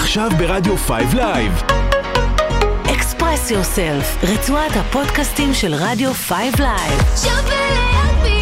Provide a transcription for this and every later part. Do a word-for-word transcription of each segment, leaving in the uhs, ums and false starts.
עכשיו ברדיו פייב לייב. Express Yourself, רצועת הפודקאסטים של רדיו פייב לייב. שווה להגביר.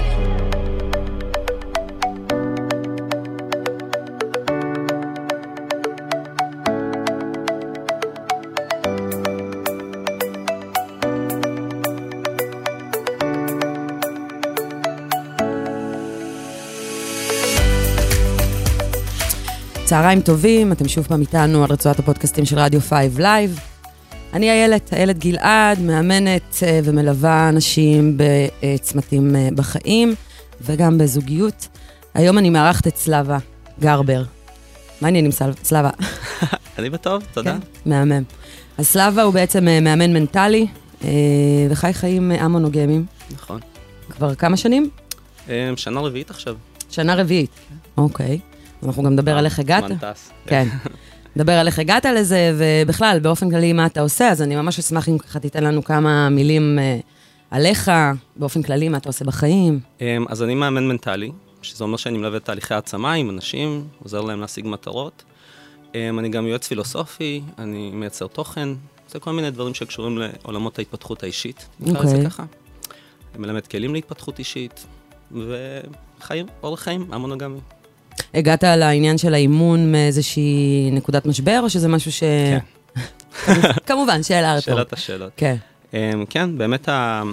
צהריים טובים, אתם שוב פעם איתנו על רצועת הפודקאסטים של רדיו פייב לייב. אני איילת, איילת גלעד, מאמנת ומלווה אנשים בצמתים בחיים וגם בזוגיות. היום אני מארחת את סלאבה גרבר. מה העניין עם סלאבה? אני בטוב, תודה. כן, מהמם. אז סלאבה הוא בעצם מאמן מנטלי וחי חיים המונוגמיים. נכון. כבר כמה שנים? שנה רביעית עכשיו. שנה רביעית, אוקיי. אנחנו גם נדבר על איך הגעת. מנטס. כן. נדבר על איך הגעת לזה, ובכלל, באופן כללי, מה אתה עושה, אז אני ממש אשמח אם ככה תיתן לנו כמה מילים עליך, באופן כללי, מה אתה עושה בחיים. אז אני מאמן מנטלי, שזה אומר שאני מלווה תהליכי העצמה עם אנשים, עוזר להם להשיג מטרות. אני גם יועץ פילוסופי, אני מייצר תוכן, זה כל מיני דברים שקשורים לעולמות ההתפתחות האישית. נקרא לזה ככה. אני מלמד כלים להתפתחות אישית, וחיים, אורח חיים, המונוגמי. הגעת לעניין של האימון מאיזושהי נקודת משבר, או שזה משהו ש... כן. כמובן, שאלה רטורית. שאלת השאלות. כן. כן, באמת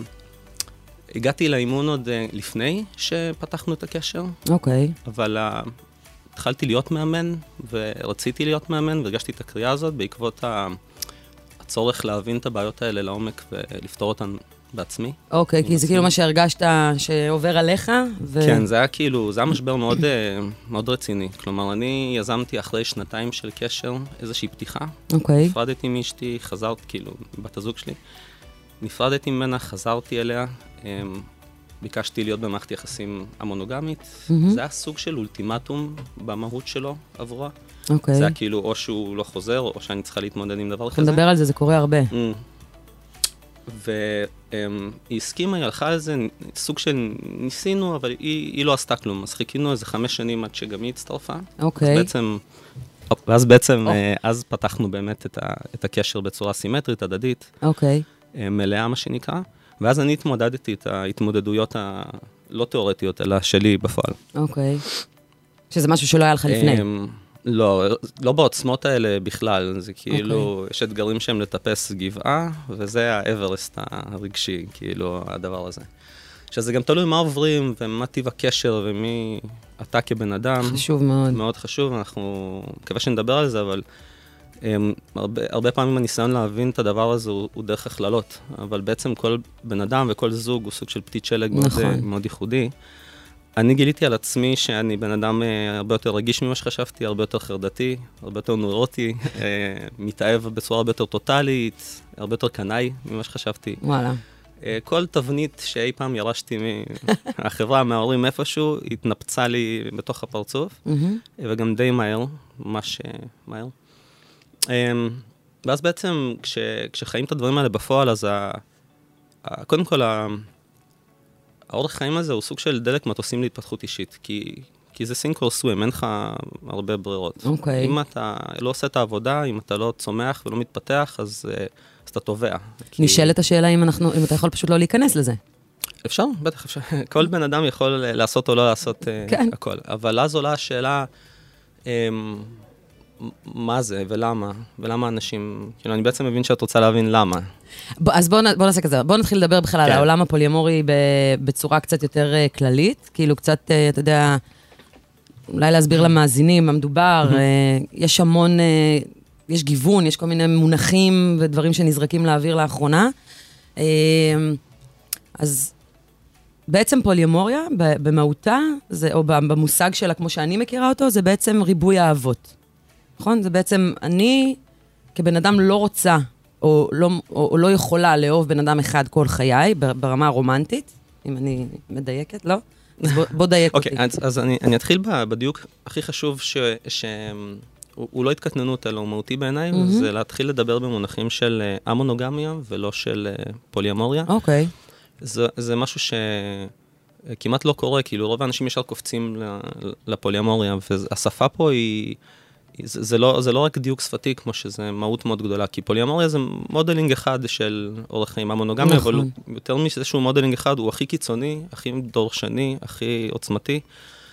הגעתי לאימון עוד לפני שפתחנו את הקשר. אוקיי. אבל התחלתי להיות מאמן, ורציתי להיות מאמן, והרגשתי את הקריאה הזאת בעקבות הצורך להבין את הבעיות האלה לעומק ולפתור אותן בעצמי. אוקיי, כי זה כאילו מה שהרגשת שעובר עליך. כן, זה היה כאילו, זה היה משבר מאוד, מאוד רציני. כלומר, אני יזמתי אחרי שנתיים של קשר איזושהי פתיחה. אוקיי. נפרדתי מאשתי, חזרתי, כאילו, בת הזוג שלי. נפרדתי ממנה, חזרתי אליה. ביקשתי להיות במערכת יחסים המונוגמית. זה היה סוג של אולטימטום במהות שלו עבורה. אוקיי. זה היה כאילו, או שהוא לא חוזר, או שאני צריכה להתמודד עם דבר כזה. נדבר על זה, זה קורה הרבה. והיא הסכימה, היא הלכה על זה, סוג של ניסינו, אבל היא, היא לא עשתה כלום. אז חיכינו איזה חמש שנים עד שגם היא הצטרפה. אוקיי. אז בעצם, ואז בעצם, אז פתחנו באמת את, ה, את הקשר בצורה סימטרית, הדדית. אוקיי. מלאה, מה שנקרא. ואז אני התמודדתי את ההתמודדויות הלא תיאורטיות, אלא שלי בפועל. אוקיי. שזה משהו שלא היה לך לפני. לא, לא בעוצמות האלה בכלל, זה כאילו, okay. יש אתגרים שהם לטפס גבעה, וזה האברסט הרגשי, כאילו, הדבר הזה. שזה גם תלוי מה עוברים, ומה טיב הקשר, ומי אתה כבן אדם. חשוב מאוד. מאוד חשוב, אנחנו, מקווה שנדבר על זה, אבל הם, הרבה, הרבה פעמים הניסיון להבין את הדבר הזה הוא, הוא דרך הכללות, אבל בעצם כל בן אדם וכל זוג הוא סוג של פתית שלג נכון. מאוד, מאוד ייחודי. אני גיליתי על עצמי שאני בן אדם הרבה יותר רגיש ממה שחשבתי, הרבה יותר חרדתי, הרבה יותר נוירוטי, מתאהב בצורה הרבה יותר טוטלית, הרבה יותר קנאי ממה שחשבתי. וואלה. כל תבנית שאי פעם ירשתי מהחברה, מההורים איפשהו, התנפצה לי בתוך הפרצוף, וגם די מהר, ממש מהר. ואז בעצם, כשחיים את הדברים האלה בפועל, אז קודם כל, האורך חיים הזה הוא סוג של דלק מטוסים להתפתחות אישית, כי, כי זה סינק או סווים, אין לך הרבה ברירות. אוקיי. אם אתה לא עושה את העבודה, אם אתה לא צומח ולא מתפתח, אז, אז אתה טובע. נשאלת כי... השאלה אם, אנחנו, אם אתה יכול פשוט לא להיכנס לזה. אפשר, בטח אפשר. כל בן אדם יכול לעשות או לא לעשות כן. הכל. אבל אז עולה השאלה, מה זה ולמה, ולמה אנשים, כאילו אני בעצם מבין שאת רוצה להבין למה. אז בואו בוא נעשה כזה, בואו נתחיל לדבר בכלל כן. על העולם הפוליאמורי בצורה קצת יותר כללית, כאילו קצת, אתה יודע, אולי להסביר למאזינים מה מדובר, יש המון, יש גיוון, יש כל מיני מונחים ודברים שנזרקים לאוויר לאחרונה, אז בעצם פוליאמוריה, במהותה, זה, או במושג שלה כמו שאני מכירה אותו, זה בעצם ריבוי האהבות. נכון? זה בעצם, אני כבן אדם לא רוצה, או לא, או, או לא יכולה לאהוב בן אדם אחד כל חיי, ברמה הרומנטית, אם אני מדייקת, לא? אז בוא, בוא דייק אותי. אוקיי, אז, אז אני, אני אתחיל בדיוק הכי חשוב ש... ש... הוא, הוא לא התקטננות, אלא הוא מהותי בעיניי, mm-hmm. זה להתחיל לדבר במונחים של המונוגמיה, ולא של פוליאמוריה. אוקיי. זה, זה משהו ש... כמעט לא קורה, כאילו רוב האנשים ישר קופצים לפוליאמוריה, והשפה פה היא... זה, זה, לא, זה לא רק דיוק שפתי, כמו שזה מהות מאוד גדולה, כי פוליאמוריה זה מודלינג אחד של אורח חיים המונוגמי, נכון. אבל יותר מזה שהוא מודלינג אחד, הוא הכי קיצוני, הכי דורשני, הכי עוצמתי.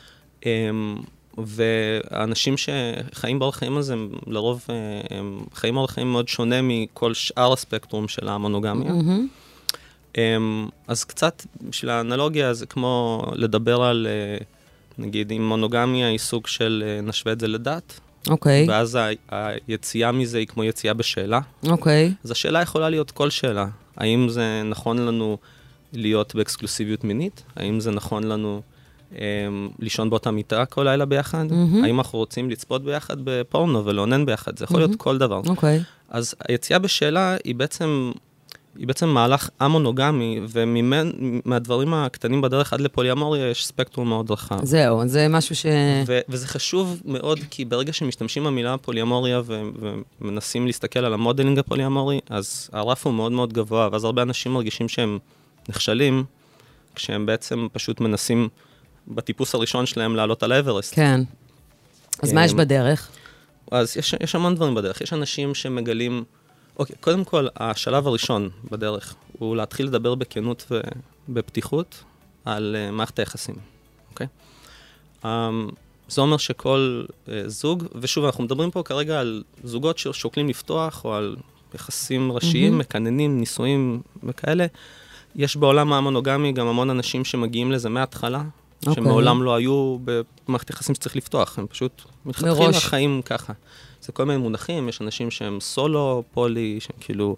והאנשים שחיים באורח חיים הזה, לרוב הם חיים באורח חיים מאוד שונה מכל שאר הספקטרום של המונוגמיה. Mm-hmm. אז קצת, בשביל האנלוגיה, זה כמו לדבר על, נגיד, אם מונוגמיה היא סוג של נשווה את זה לדת, אוקיי. Okay. ואז ה- היציאה מזה היא כמו יציאה בשאלה. אוקיי. Okay. אז השאלה יכולה להיות כל שאלה. האם זה נכון לנו להיות באקסקלוסיביות מינית? האם זה נכון לנו לישון באותה מיטה כל לילה ביחד? Mm-hmm. האם אנחנו רוצים לצפות ביחד בפורנו ולעונן ביחד? זה יכול mm-hmm. להיות כל דבר. אוקיי. Okay. אז היציאה בשאלה היא בעצם, היא בעצם מהלך המונוגמי, ומהדברים הקטנים בדרך עד לפוליאמוריה יש ספקטרום מאוד רחב. זהו, זה משהו ש... ו- וזה חשוב מאוד, כי ברגע שמשתמשים במילה פוליאמוריה ו- ומנסים להסתכל על המודלינג הפוליאמורי, אז הרף הוא מאוד מאוד גבוה, ואז הרבה אנשים מרגישים שהם נכשלים, כשהם בעצם פשוט מנסים בטיפוס הראשון שלהם לעלות על האברסט. כן. אז מה יש בדרך? אז יש, יש המון דברים בדרך. יש אנשים שמגלים... אוקיי, קודם כל, השלב הראשון בדרך הוא להתחיל לדבר בכנות ובפתיחות על uh, מערכת היחסים, אוקיי? Um, זה אומר שכל uh, זוג, ושוב, אנחנו מדברים פה כרגע על זוגות ששוקלים לפתוח, או על יחסים ראשיים, mm-hmm. מקננים, נישואים וכאלה. יש בעולם המונוגמי גם המון אנשים שמגיעים לזה מההתחלה, okay. שמעולם לא היו במערכת יחסים שצריך לפתוח, הם פשוט מתחתכים לחיים ככה. זה כל מיני מונחים, יש אנשים שהם סולו, פולי, שהם כאילו,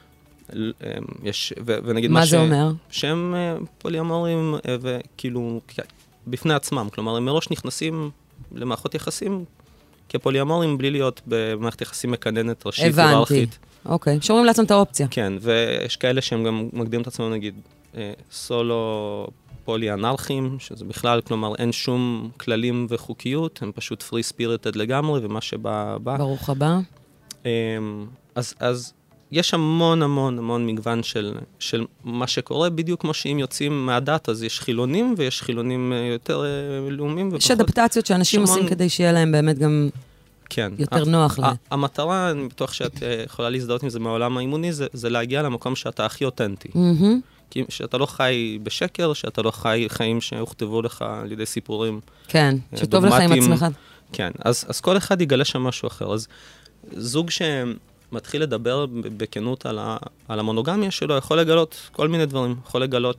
יש, ו, ונגיד מה, מה זה ש, אומר? שהם פוליאמורים, וכאילו, בפני עצמם, כלומר, הם מראש נכנסים למערכות יחסים, כפוליאמורים, בלי להיות במערכת יחסים מקננת ראשית וברכית. אוקיי, שומרים לעצמם את האופציה. כן, ויש כאלה שהם גם מקדימים את עצמם, נגיד, סולו, פולי-אנרכיים, שזה בכלל, כלומר, אין שום כללים וחוקיות, הם פשוט פרי ספיריטד לגמרי, ומה שבא בא. ברוך הבא. אז, אז יש המון המון המון מגוון של, של מה שקורה, בדיוק כמו שאם יוצאים מהדת, אז יש חילונים, ויש חילונים יותר לאומיים. יש אדפטציות שאנשים עושים המון... כדי שיהיה להם באמת גם כן. יותר נוח להם. המטרה, אני בטוח שאת יכולה להזדהות עם זה מהעולם האימוני, זה, זה להגיע למקום שאתה הכי אותנטי. Mm-hmm. שאתה לא חי בשקר, שאתה לא חי חיים שהוכתבו לך על ידי סיפורים. כן, שטוב לך עם עצמך. כן, אז, אז כל אחד יגלה שם משהו אחר. אז זוג שמתחיל לדבר בכנות על, ה, על המונוגמיה שלו, יכול לגלות כל מיני דברים. יכול לגלות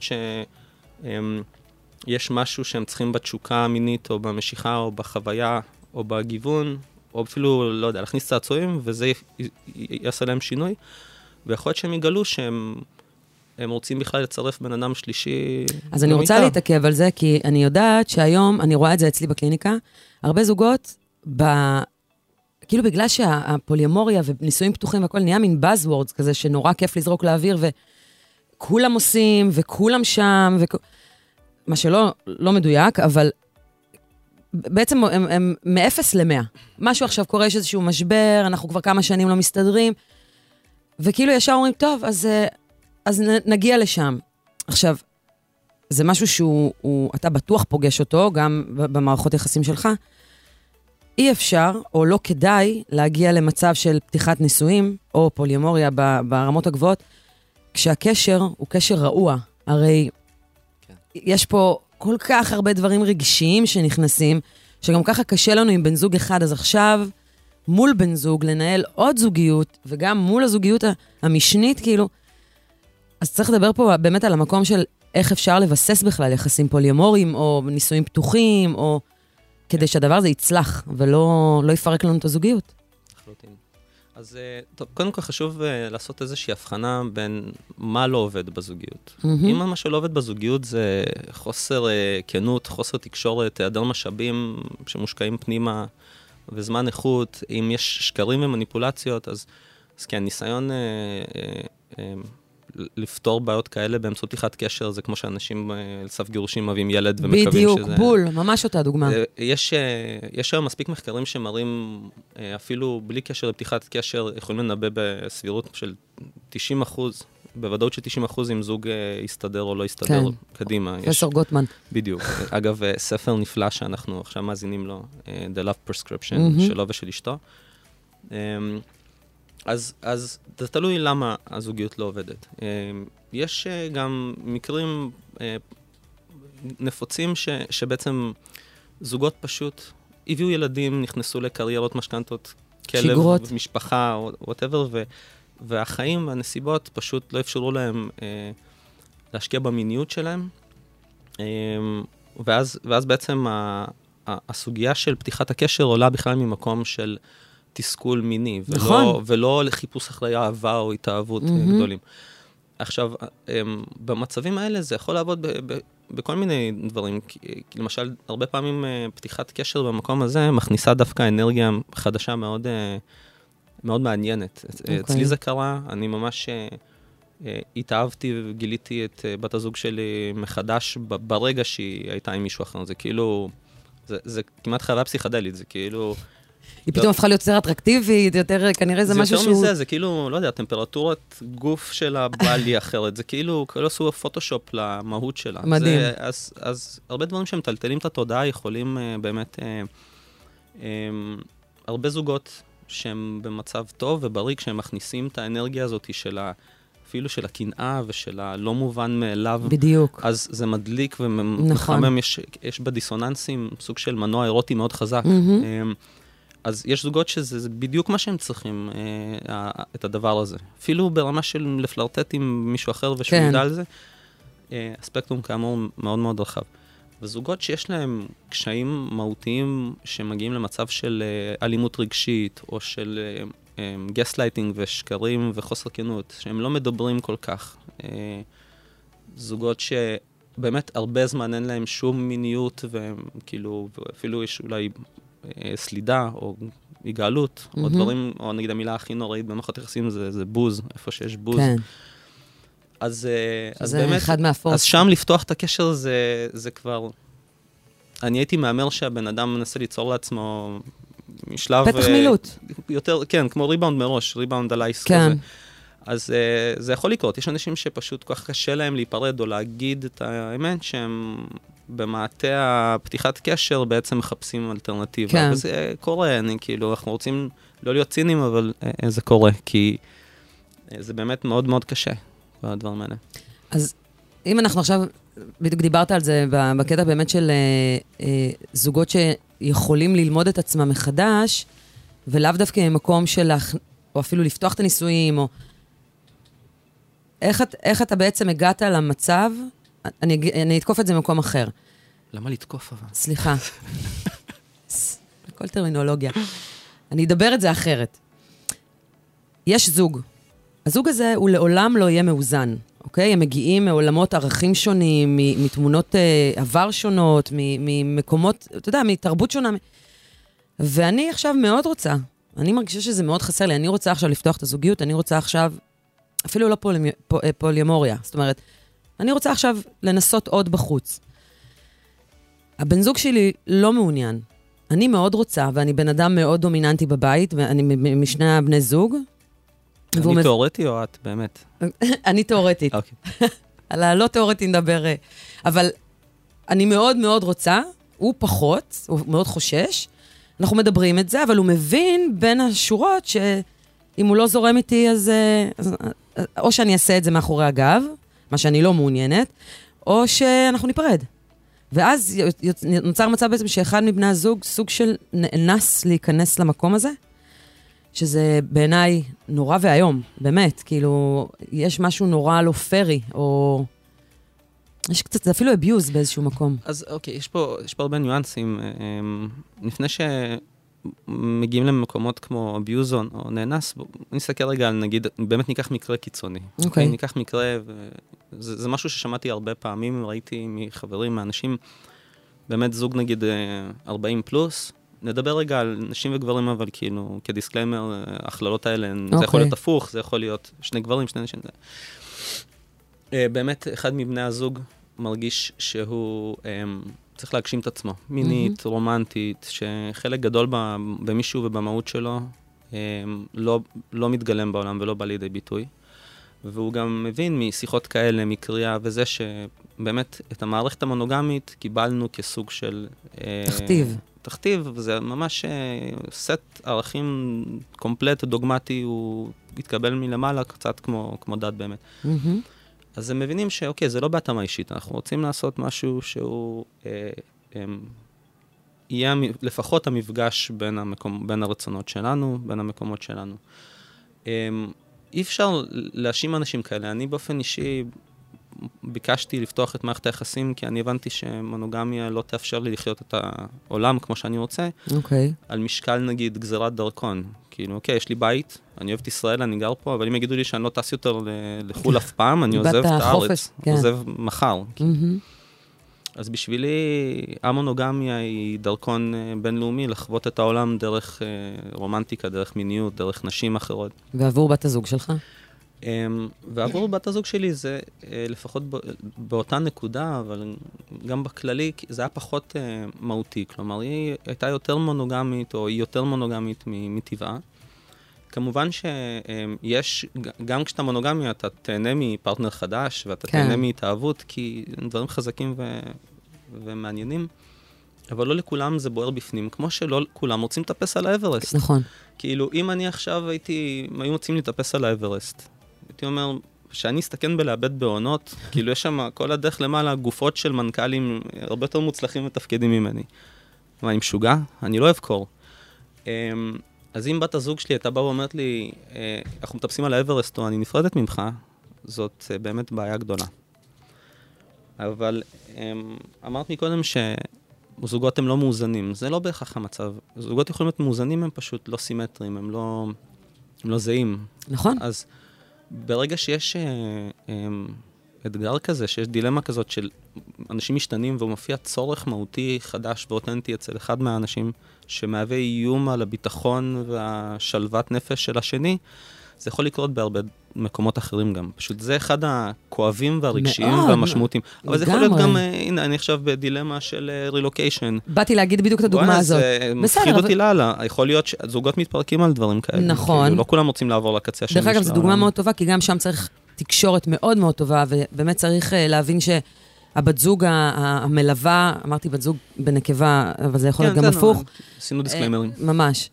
שיש משהו שהם צריכים בתשוקה המינית, או במשיכה, או בחוויה, או בגיוון, או אפילו, לא יודע, להכניס צעצועים, וזה יעשה להם שינוי. ויכול להיות שהם יגלו שהם... הם רוצים בכלל לצרף בן אדם שלישי. אז אני רוצה להתעכב על זה, כי אני יודעת שהיום, אני רואה את זה אצלי בקליניקה, הרבה זוגות, ב... כאילו בגלל שהפוליאמוריה ונישואים פתוחים והכל נהיה מין buzzwords כזה, שנורא כיף לזרוק לאוויר, וכולם עושים, וכולם שם, וכ... מה שלא לא מדויק, אבל בעצם הם, הם מאפס למאה. משהו עכשיו קורה, יש איזשהו משבר, אנחנו כבר כמה שנים לא מסתדרים, וכאילו ישר אומרים, טוב, אז... אז נגיע לשם. עכשיו, זה משהו שהוא, הוא, אתה בטוח פוגש אותו, גם במערכות יחסים שלך. אי אפשר, או לא כדאי, להגיע למצב של פתיחת נישואים, או פוליאמוריה ברמות הגבוהות, כשהקשר הוא קשר רעוע. הרי כן. יש פה כל כך הרבה דברים רגשיים שנכנסים, שגם ככה קשה לנו עם בן זוג אחד, אז עכשיו, מול בן זוג, לנהל עוד זוגיות, וגם מול הזוגיות המשנית, כאילו, אז צריך לדבר פה באמת על המקום של איך אפשר לבסס בכלל יחסים פוליאמוריים, או נישואים פתוחים, או כדי שהדבר הזה יצלח, ולא לא יפרק לנו את הזוגיות. לחלוטין. אז טוב, קודם כל חשוב לעשות איזושהי הבחנה בין מה לא עובד בזוגיות. Mm-hmm. אם מה שלא עובד בזוגיות זה חוסר כנות, חוסר תקשורת, היעדר משאבים שמושקעים פנימה, וזמן איכות, אם יש שקרים ומניפולציות, אז, אז כן, ניסיון... אה, אה, אה, לפתור בעיות כאלה באמצעות פתיחת קשר, זה כמו שאנשים על סף גירושים מביאים ילד ומקווים שזה... בדיוק, בול, ממש אותה דוגמה. יש, יש היום מספיק מחקרים שמראים, אפילו בלי קשר לפתיחת קשר, יכולים לנבא בסבירות של תשעים אחוז בוודאות ש-תשעים אחוז אם זוג יסתדר או לא יסתדר כן. קדימה. פרופסור גוטמן. בדיוק. אגב, ספר נפלא שאנחנו עכשיו מאזינים לו, The Love Prescription, mm-hmm. שלו ושל אשתו. אז, אז זה תלוי למה הזוגיות לא עובדת. יש גם מקרים נפוצים ש, שבעצם זוגות פשוט הביאו ילדים, נכנסו לקריירות משכנתות, כלב, שגרות. משפחה, או whatever, ו, והחיים והנסיבות פשוט לא אפשרו להם אה, להשקיע במיניות שלהם. אה, ואז, ואז בעצם ה, ה, הסוגיה של פתיחת הקשר עולה בכלל ממקום של תסכול מיני, ולא, נכון. ולא לחיפוש אחרי אהבה או התאהבות mm-hmm. גדולים. עכשיו, במצבים האלה זה יכול לעבוד ב- ב- בכל מיני דברים. למשל, הרבה פעמים פתיחת קשר במקום הזה מכניסה דווקא אנרגיה חדשה מאוד, מאוד מעניינת. Okay. אצלי זה קרה, אני ממש התאהבתי וגיליתי את בת הזוג שלי מחדש ברגע שהיא הייתה עם מישהו אחר. זה כאילו, זה, זה כמעט חוויה פסיכדלית, זה כאילו... היא פתאום הפכה להיות יותר אטרקטיבית, יותר, כנראה זה משהו שהוא... זה יותר מזה, זה כאילו, לא יודע, טמפרטורת גוף שלה באה לי אחרת, זה כאילו, כאילו עשו פוטושופ למהות שלה. מדהים. זה, אז, אז הרבה דברים שהם טלטלים את התודעה יכולים uh, באמת, uh, um, הרבה זוגות שהם במצב טוב ובריא, כשהם מכניסים את האנרגיה הזאת של ה... אפילו של הקנאה ושל הלא מובן מאליו. בדיוק. אז זה מדליק ומחמם, נכון. יש, יש בדיסוננסים סוג של מנוע אירוטי מאוד חזק. Mm-hmm. Um, אז יש זוגות שזה בדיוק מה שהם צריכים, אה, את הדבר הזה. אפילו ברמה של לפלרטט עם מישהו אחר ושהוא ידע על זה, אה, הספקטרום כאמור מאוד מאוד רחב. וזוגות שיש להם קשיים מהותיים שמגיעים למצב של אה, אלימות רגשית, או של אה, אה, גסלייטינג ושקרים וחוסר כנות, שהם לא מדברים כל כך. אה, זוגות שבאמת הרבה זמן אין להם שום מיניות, וכאילו, אפילו יש אולי... סלידה, או היגעלות, mm-hmm. או דברים, או נגיד המילה הכי נוראית במערכות יחסים, זה, זה בוז, איפה שיש בוז. כן. אז, אז זה באמת, אחד מהפורס. אז שם לפתוח את הקשר זה, זה כבר... אני הייתי מאמר שהבן אדם מנסה ליצור לעצמו משלב... פתח מילוט. יותר, כן, כמו ריבאונד מראש, ריבאונד על אייס כן. כזה. אז uh, זה יכול לקרות. יש אנשים שפשוט כל כך קשה להם להיפרד או להגיד את האמת שהם במעטה הפתיחת קשר בעצם מחפשים אלטרנטיבה. כן. וזה קורה, אני כאילו, אנחנו רוצים לא להיות צינים, אבל uh, זה קורה, כי uh, זה באמת מאוד מאוד קשה, הדברים האלה. אז אם אנחנו עכשיו, בדיוק דיברת על זה בקטע באמת של uh, uh, זוגות שיכולים ללמוד את עצמם מחדש, ולאו דווקא ממקום של, או אפילו לפתוח את הניסויים, או... איך, איך אתה בעצם הגעת למצב, אני, אני אתקוף את זה במקום אחר. למה לתקוף אבל? סליחה. כל טרמינולוגיה. אני אדבר את זה אחרת. יש זוג. הזוג הזה הוא לעולם לא יהיה מאוזן, אוקיי? הם מגיעים מעולמות ערכים שונים, מתמונות אה, עבר שונות, ממקומות, אתה יודע, מתרבות שונה. ואני עכשיו מאוד רוצה, אני מרגישה שזה מאוד חסר לי, אני רוצה עכשיו לפתוח את הזוגיות, אני רוצה עכשיו... אפילו לא פול, פוליומוריה. זאת אומרת, אני רוצה עכשיו לנסות עוד בחוץ. הבן זוג שלי לא מעוניין. אני מאוד רוצה, ואני בן אדם מאוד דומיננטי בבית, ואני משני הבני זוג. אני תיאורטי או את, באמת? אני תיאורטית. אוקיי. על הלא תיאורטי נדבר. אבל אני מאוד מאוד רוצה, הוא פחות, הוא מאוד חושש. אנחנו מדברים את זה, אבל הוא מבין בין השורות שאם הוא לא זורם איתי, אז... אז או שאני אעשה את זה מאחורי הגב, מה שאני לא מעוניינת, או שאנחנו ניפרד. ואז נוצר מצב בעצם שאחד מבני הזוג, סוג של נאנס להיכנס למקום הזה, שזה בעיניי נורא והיום, באמת, כאילו, יש משהו נורא לא פרי, או... יש קצת, זה אפילו אביוז באיזשהו מקום. אז אוקיי, יש פה, יש פה הרבה ניואנסים. לפני ש... מגיעים למקומות כמו אביוז או נאנס, בוא נסתכל רגע, נגיד, באמת ניקח מקרה קיצוני. אוקיי. ניקח מקרה, וזה, זה משהו ששמעתי הרבה פעמים, ראיתי מחברים, מאנשים, באמת זוג נגיד ארבעים פלוס, נדבר רגע על נשים וגברים, אבל כאילו, כדיסקליימר, הכללות האלה, זה יכול להיות הפוך, זה יכול להיות שני גברים, שני נשים. באמת, אחד מבני הזוג מרגיש שהוא... צריך להגשים את עצמו, מינית, mm-hmm. רומנטית, שחלק גדול במישהו ובמהות שלו לא, לא מתגלם בעולם ולא בא לידי ביטוי. והוא גם מבין משיחות כאלה, מקריאה, וזה שבאמת את המערכת המונוגמית קיבלנו כסוג של... תכתיב. תכתיב, וזה ממש סט ערכים קומפלט, דוגמטי, הוא התקבל מלמעלה, קצת כמו, כמו דת באמת. Mm-hmm. אז הם מבינים שאוקיי, זה לא בהתאמה אישית, אנחנו רוצים לעשות משהו שהוא... אה, אה, יהיה לפחות המפגש בין, המקום, בין הרצונות שלנו, בין המקומות שלנו. אי אפשר להאשים אנשים כאלה. אני באופן אישי ביקשתי לפתוח את מערכת היחסים, כי אני הבנתי שמונוגמיה לא תאפשר לי לחיות את העולם כמו שאני רוצה, אוקיי. על משקל נגיד גזירת דרכון. כאילו, אוקיי, יש לי בית, אני אוהב את ישראל, אני גר פה, אבל אם יגידו לי שאני לא טס יותר לחול אף פעם, אני עוזב את הארץ, עוזב מחר. אז בשבילי, המונוגמיה היא דרכון בינלאומי, לחוות את העולם דרך רומנטיקה, דרך מיניות, דרך נשים אחרות. ועבור בת הזוג שלך? ועבור בת הזוג שלי זה לפחות באותה נקודה, אבל גם בכללי, זה היה פחות מהותי. כלומר, היא הייתה יותר מונוגמית, או היא יותר מונוגמית מטבעה. כמובן שיש, גם כשאתה מונוגמי, אתה תהנה מפרטנר חדש, ואתה כן. תהנה מהתאהבות, כי דברים חזקים ו... ומעניינים, אבל לא לכולם זה בוער בפנים, כמו שלא כולם רוצים לטפס על האברסט. נכון. כאילו, אם אני עכשיו הייתי, היו רוצים לטפס על האברסט, הייתי אומר, שאני אסתכן בלאבד בעונות, כאילו יש שם כל הדרך למעלה, גופות של מנכ"לים הרבה יותר מוצלחים ותפקידים ממני. מה, אני משוגע? אני לא אוהב קור. אז אם בת הזוג שלי הייתה באה ואומרת לי, אנחנו מטפסים על האברסט, או אני נפרדת ממך, זאת באמת בעיה גדולה. אבל אמרת מקודם שזוגות הם לא מאוזנים. זה לא בהכרח המצב. זוגות יכולים להיות מאוזנים, הם פשוט לא סימטריים, הם לא, הם לא זהים. נכון. אז ברגע שיש אתגר כזה, שיש דילמה כזאת של אנשים משתנים, והוא מופיע צורך מהותי חדש ואותנטי אצל אחד מהאנשים, שמהווה איום על הביטחון והשלוות נפש של השני, זה יכול לקרות בהרבה מקומות אחרים גם. פשוט זה אחד הכואבים והרגשיים מאוד, והמשמעותיים. אבל לגמרי. זה יכול להיות גם, הנה, אני עכשיו בדילמה של רילוקיישן. באתי להגיד בדיוק את הדוגמה הזאת. זה מפחיד אותי לאללה. יכול להיות שזוגות מתפרקים על דברים כאלה. נכון. כאילו, לא כולם רוצים לעבור לקצה השני. דרך אגב, זו דוגמה מאוד טובה, כי גם שם צריך תקשורת מאוד מאוד טובה, ובאמת צריך להבין ש... הבת זוג המלווה, אמרתי בת זוג בנקבה, אבל זה יכול להיות גם הפוך. עשינו דיסקליימרים. ממש.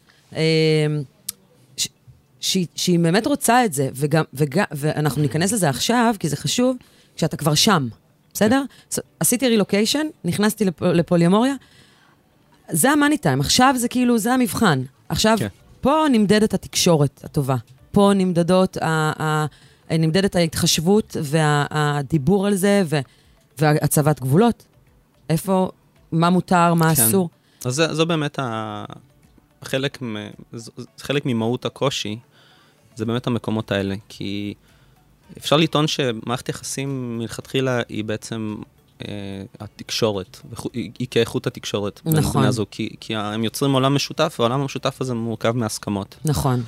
שהיא באמת רוצה את זה, ואנחנו ניכנס לזה עכשיו, כי זה חשוב, כשאתה כבר שם, בסדר? עשיתי רילוקיישן, נכנסתי לפוליומוריה, זה המאני טיים, עכשיו זה כאילו, זה המבחן. עכשיו, פה נמדדת התקשורת הטובה, פה נמדדות, נמדדת ההתחשבות והדיבור על זה, ו... והצבת גבולות. איפה, מה מותר, מה כן. אסור. אז זה, זו באמת ה... חלק, מ... חלק ממהות הקושי, זה באמת המקומות האלה, כי אפשר לטעון שמערכת יחסים מלכתחילה היא בעצם אה, התקשורת, היא, היא כאיכות התקשורת. נכון. הזו, כי, כי הם יוצרים עולם משותף, והעולם המשותף הזה מורכב מהסכמות. נכון.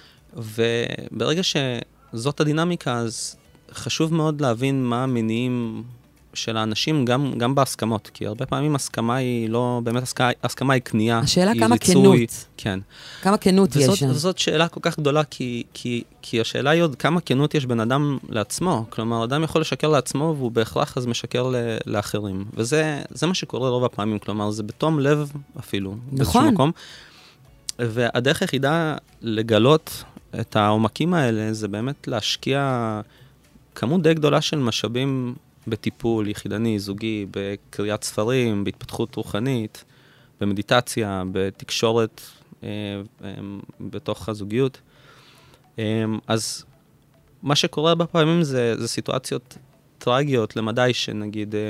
וברגע שזאת הדינמיקה, אז חשוב מאוד להבין מה המניעים של האנשים, גם, גם בהסכמות, כי הרבה פעמים הסכמה היא לא, באמת הסכמה, הסכמה היא קנייה. השאלה היא כמה ליצוי, כנות. כן. כמה כנות וזאת, יש שם. וזאת שאלה כל כך גדולה, כי, כי, כי השאלה היא עוד כמה כנות יש בין אדם לעצמו. כלומר, אדם יכול לשקר לעצמו, והוא בהכרח אז משקר לאחרים. וזה, זה מה שקורה רוב הפעמים. כלומר, זה בתום לב אפילו. נכון. מקום. והדרך היחידה לגלות את העומקים האלה, זה באמת להשקיע כמות די גדולה של משאבים בטיפול יחידני, זוגי, בקריאת ספרים, בהתפתחות רוחנית, במדיטציה, בתקשורת אה, אה, בתוך הזוגיות. אה, אז מה שקורה הרבה פעמים זה, זה סיטואציות טרגיות למדי, שנגיד אה,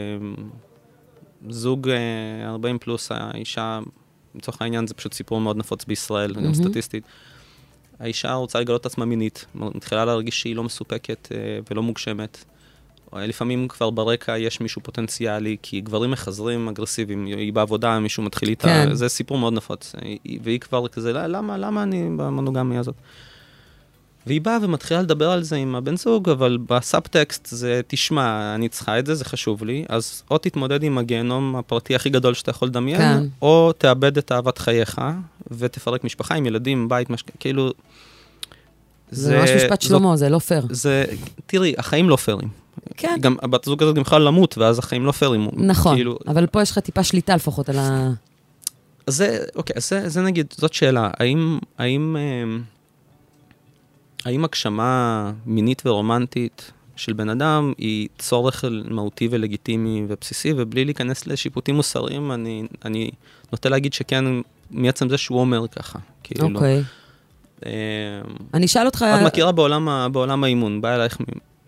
זוג אה, ארבעים פלוס, האישה, לצורך העניין זה פשוט סיפור מאוד נפוץ בישראל, mm-hmm. גם סטטיסטית. האישה רוצה לגלות את עצמה מינית, מתחילה להרגיש שהיא לא מסופקת אה, ולא מוגשמת. לפעמים כבר ברקע יש מישהו פוטנציאלי, כי גברים מחזרים אגרסיביים, היא בעבודה, מישהו מתחיל איתה, כן. זה סיפור מאוד נפוץ. והיא כבר כזה, למה, למה אני במונוגמיה הזאת? והיא באה ומתחילה לדבר על זה עם הבן זוג, אבל בסאבטקסט זה, תשמע, אני צריכה את זה, זה חשוב לי, אז או תתמודד עם הגיהנום הפרטי הכי גדול שאתה יכול לדמיין, כן. או תאבד את אהבת חייך, ותפרק משפחה עם ילדים, בית, מש... כאילו... זה ממש משפט שלמה, זה לא פייר. זה, תראי, החיים לא פיירים. כן. גם הבת זוג הזאת גם יכולה למות, ואז החיים לא פיירים. נכון, כאילו... אבל פה יש לך טיפה שליטה לפחות על ה... זה, אוקיי, זה, זה נגיד, זאת שאלה, האם, האם, האם הגשמה מינית ורומנטית של בן אדם היא צורך מהותי ולגיטימי ובסיסי, ובלי להיכנס לשיפוטים מוסריים, אני, אני נוטה להגיד שכן, מעצם זה שהוא אומר ככה. כאילו, אוקיי. אני אשאל אותך... את מכירה בעולם, בעולם האימון, בא אלייך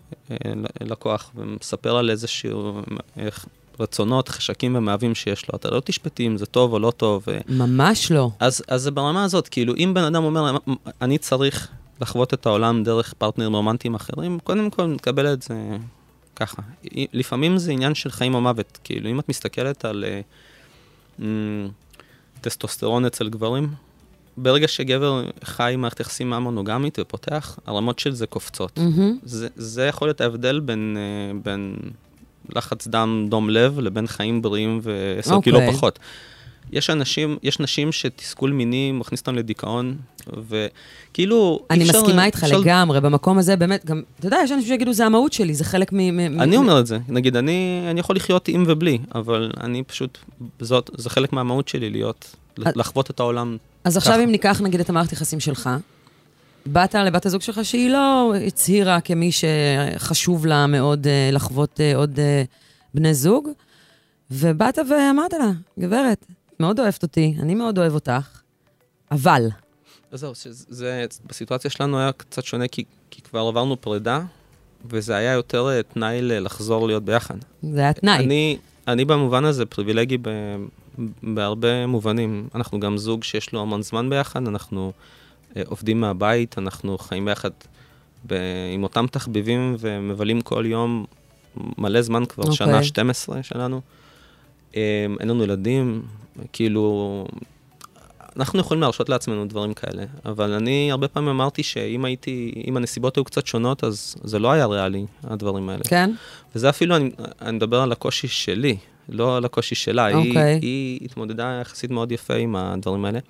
לקוח ומספר על איזשהו רצונות, חשקים ומאהבים שיש לו. אתה לא תשפטי אם זה טוב או לא טוב. ממש לא. אז, אז זה ברמה הזאת, כאילו, אם בן אדם אומר, אני צריך לחוות את העולם דרך פרטנרים רומנטיים אחרים, קודם כל נקבל את זה ככה. לפעמים זה עניין של חיים או מוות. כאילו, אם את מסתכלת על mm, טסטוסטרון אצל גברים, ברגע שגבר חי מערכת יחסים מונוגמית ופותח, הרמות של זה קופצות. Mm-hmm. זה, זה יכול להיות ההבדל בין, בין לחץ דם דום לב לבין חיים בריאים ועשר okay. קילו פחות. יש אנשים, יש נשים שתסכול מיני מכניס אותם לדיכאון, וכאילו... אני אפשר, מסכימה איתך אפשר... לגמרי, במקום הזה באמת, גם, אתה יודע, יש אנשים שיגידו, זה המהות שלי, זה חלק מ... אני מ- אומר את זה, נגיד, אני, אני יכול לחיות עם ובלי, אבל אני פשוט, זאת, זה חלק מהמהות שלי להיות, אז, לחוות את העולם. אז עכשיו כך. אם ניקח, נגיד, את המערכת יחסים שלך, באת לבת הזוג שלך שהיא לא הצהירה כמי שחשוב לה מאוד לחוות עוד בני זוג, ובאת ואמרת לה, גברת, מאוד אוהבת אותי, אני מאוד אוהב אותך, אבל... אז זהו, שזה, בסיטואציה שלנו היה קצת שונה, כי, כי כבר עברנו פרידה, וזה היה יותר תנאי לחזור להיות ביחד. זה היה תנאי. אני, אני במובן הזה פריבילגי ב, בהרבה מובנים. אנחנו גם זוג שיש לו המון זמן ביחד, אנחנו אה, עובדים מהבית, אנחנו חיים ביחד ב, עם אותם תחביבים, ומבלים כל יום מלא זמן כבר, okay. שנה שתים עשרה שלנו. אה, אין לנו ילדים, כאילו... אנחנו יכולים להרשות לעצמנו דברים כאלה, אבל אני הרבה פעמים אמרתי שאם הייתי, אם הנסיבות היו קצת שונות, אז זה לא היה ריאלי, הדברים האלה. כן? וזה אפילו, אני, אני מדבר על הקושי שלי, לא על הקושי שלה. אוקיי. היא, היא התמודדה יחסית מאוד יפה עם הדברים האלה.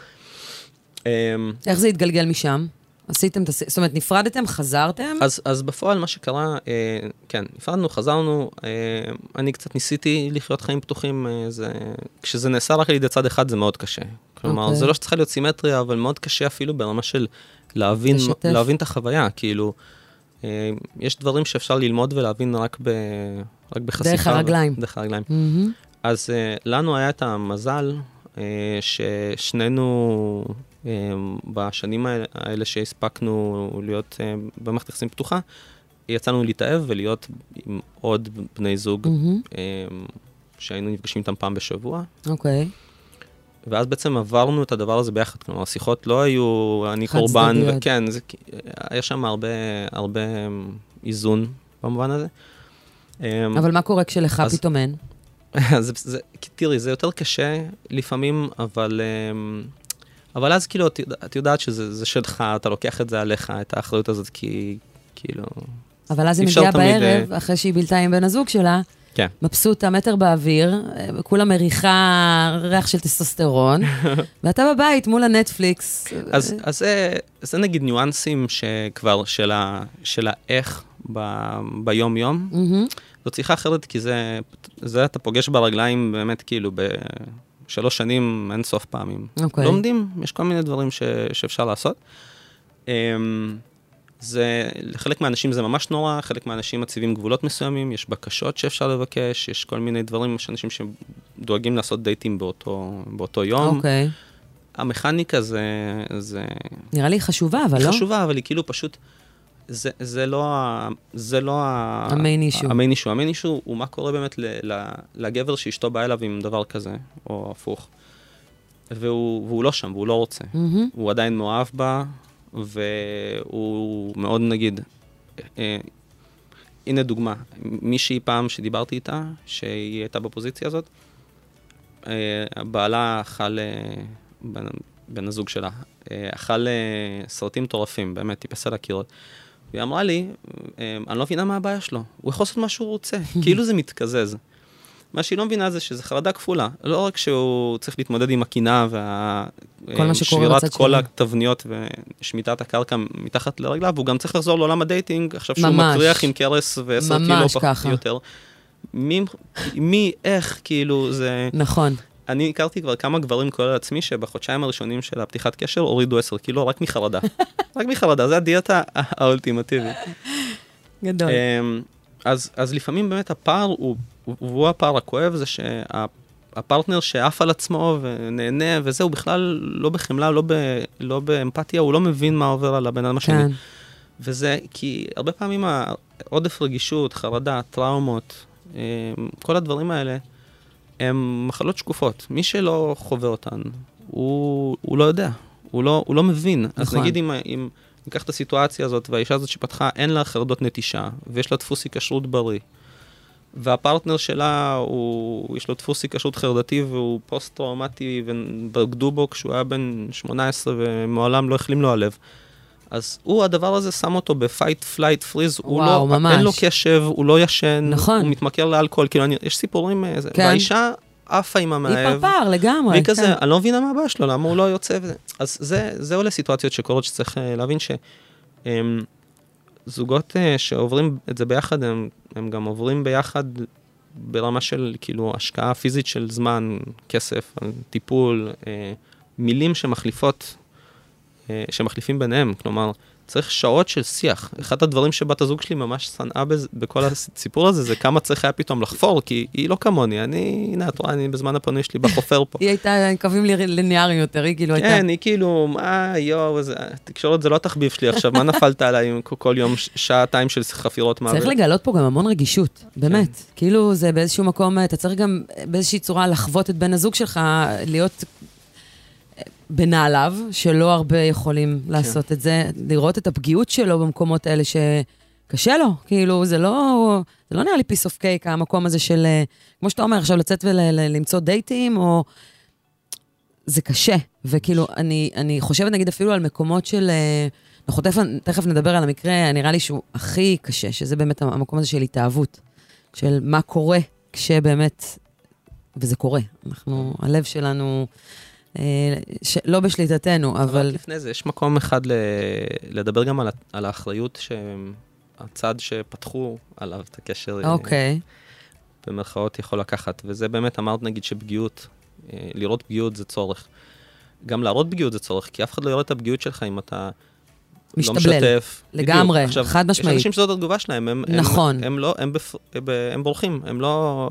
איך זה התגלגל משם? עשיתם, זאת אומרת, נפרדתם, חזרתם? אז, אז בפועל מה שקרה, אה, כן, נפרדנו, חזרנו, אה, אני קצת ניסיתי לחיות חיים פתוחים, אה, זה, כשזה נעשה רק על ידי צד אחד זה מאוד קשה. כלומר, okay. זה לא שצריכה להיות סימטריה, אבל מאוד קשה אפילו ברמה של להבין, להבין את החוויה, כאילו, אה, יש דברים שאפשר ללמוד ולהבין רק, ב, רק בחשיפה. דרך הרגליים. דרך הרגליים. Mm-hmm. אז אה, לנו היה את המזל, אה, ששנינו... בשנים האלה שהספקנו להיות במערכת יחסים פתוחה, יצאנו להתאהב ולהיות עם עוד בני זוג שהיינו נפגשים איתם פעם בשבוע. אוקיי. ואז בעצם עברנו את הדבר הזה ביחד, כלומר, השיחות לא היו אני קורבן, וכן, היה שם הרבה, הרבה איזון במובן הזה. אבל מה קורה כשלך פתאום אין? תראי, זה יותר קשה לפעמים, אבל... אבל אז כאילו, את יודעת שזה שלך, אתה לוקח את זה עליך, את האחריות הזאת, כי כאילו... אבל אז היא מגיעה בערב, אחרי שהיא בילתה עם בן הזוג שלה, כן. מבסוטה מטר באוויר, כולה מריחה ריח של טסטוסטרון, ואתה בבית מול הנטפליקס. אז, אז זה, זה נגיד ניואנסים שכבר של האיך ביום-יום. זאת שיחה אחרת, כי זה, זה אתה פוגש ברגליים באמת כאילו ב... שלוש שנים, אין סוף פעמים. Okay. לומדים, יש כל מיני דברים ש, שאפשר לעשות. זה, לחלק מהאנשים זה ממש נורא, חלק מהאנשים מציבים גבולות מסוימים, יש בקשות שאפשר לבקש, יש כל מיני דברים, יש אנשים שדואגים לעשות דייטים באותו, באותו יום. אוקיי. Okay. המכניקה זה, זה... נראה לי חשובה, אבל היא לא? חשובה, אבל היא כאילו פשוט... זה, זה לא ה... זה לא ה... המיין אישו. המיין אישו. המיין אישו הוא מה קורה באמת לגבר שאשתו בא אליו עם דבר כזה, או הפוך. והוא, והוא לא שם, והוא לא רוצה. Mm-hmm. הוא עדיין מאוהב בה, והוא מאוד נגיד... אה, הנה דוגמה. מישהי פעם שדיברתי איתה, שהיא הייתה בפוזיציה הזאת, אה, בעלה אכל... אה, בן, בן הזוג שלה, אה, אכל אה, סרטים מטורפים, באמת, טיפס על הקירות. והיא אמרה לי, אני לא מבינה מה הבעיה שלו. הוא יכול לעשות מה שהוא רוצה. כאילו זה מתקזז. מה שהיא לא מבינה זה שזה חרדה כפולה. לא רק שהוא צריך להתמודד עם הקינה ושבירת כל התבניות ושמיטת הקרקע מתחת לרגליו, והוא גם צריך לחזור לעולם הדייטינג, עכשיו שהוא מקריח עם קרס ועשר קילו פחות יותר. מי, מי, איך, כאילו, זה... נכון. אני הכרתי כבר כמה גברים כולל עצמי, שבחודשיים הראשונים של הפתיחת קשר הורידו עשר קילו, רק מחרדה. רק מחרדה, זה הדיאטה האולטימטיבית. גדול. אז, אז לפעמים באמת הפער, הוא, הוא הפער הכואב, זה שהפרטנר שעף על עצמו ונהנה, וזה, הוא בכלל לא בחמלה, לא, ב, לא באמפתיה, הוא לא מבין מה עובר על הבן אדם השני. כן. וזה, כי הרבה פעמים העודף רגישות, חרדה, טראומות, כל הדברים האלה, הם מחלות שקופות. מי שלא חווה אותן, הוא, הוא לא יודע, הוא לא, הוא לא מבין. נכון. אז נגיד אם, אם ניקח את הסיטואציה הזאת, והאישה הזאת שפתחה, אין לה חרדות נטישה, ויש לה דפוס היקשרות בריא, והפרטנר שלה, הוא, יש לו דפוס היקשרות חרדתי, והוא פוסט-טראומטי, ובגדו בו כשהוא היה בן שמונה עשרה, ומעולם לא החלים לו הלב. אז הוא, הדבר הזה, שם אותו בפייט, פלייט, פריז, הוא לא, אין לו קשב, הוא לא ישן, נכון. הוא מתמכר לאלכוהול, כאילו, אני, יש סיפורים, כן. והאישה עפה עם המאהב. היא פרפר לגמרי. והיא כזה, אני לא מבינה מה הבעיה שלו, למה הוא לא יוצא וזה. אז זה, זה עולה סיטואציות שקורות שצריך להבין שזוגות שעוברים את זה ביחד, הם, הם גם עוברים ביחד ברמה של, כאילו, השקעה פיזית של זמן, כסף, טיפול, מילים שמחליפות, שמחליפים ביניהם, כלומר, צריך שעות של שיח. אחד הדברים שבת הזוג שלי ממש שנאה בכל הסיפור הזה, זה כמה צריך היה פתאום לחפור, כי היא לא כמוני, אני, הנה, את רואה, אני בזמן הפנוי שלי בחופר פה. היא הייתה, קווים ליניאריים יותר, היא כאילו הייתה... כן, היא כאילו, מה, יו, תקשורת זה לא תחביב שלי עכשיו, מה נפלת עליי כל יום שעתיים של חפירות מעבר? צריך לגלות פה גם המון רגישות, באמת. כאילו, זה באיזשהו מקום, אתה צריך גם באיזושהי צורה לחוות את בן הזוג שלך, להיות בנעליו, שלא הרבה יכולים לעשות את זה, לראות את הפגיעות שלו במקומות האלה שקשה לו, כאילו זה לא, זה לא נראה לי פיס אוף קייק, המקום הזה של, כמו שאתה אומר, עכשיו לצאת ולמצוא דייטים, או זה קשה, וכאילו אני, אני חושבת נגיד אפילו על מקומות של, אנחנו תכף, תכף נדבר על המקרה, נראה לי שהוא הכי קשה, שזה באמת המקום הזה של התאהבות, של מה קורה כשבאמת, וזה קורה, אנחנו, הלב שלנו, לא בשליטתנו, אבל... לפני זה, יש מקום אחד לדבר גם על האחריות שהצד שפתחו עליו את הקשר, במרכאות יכול לקחת, וזה באמת אמרת נגיד שפגיעות, לראות פגיעות זה צורך. גם להראות פגיעות זה צורך, כי אף אחד לא יראה את הפגיעות שלך אם אתה לא משתף. לגמרי, חד משמעית. יש אנשים שזאת התגובה שלהם, הם בורחים, הם לא...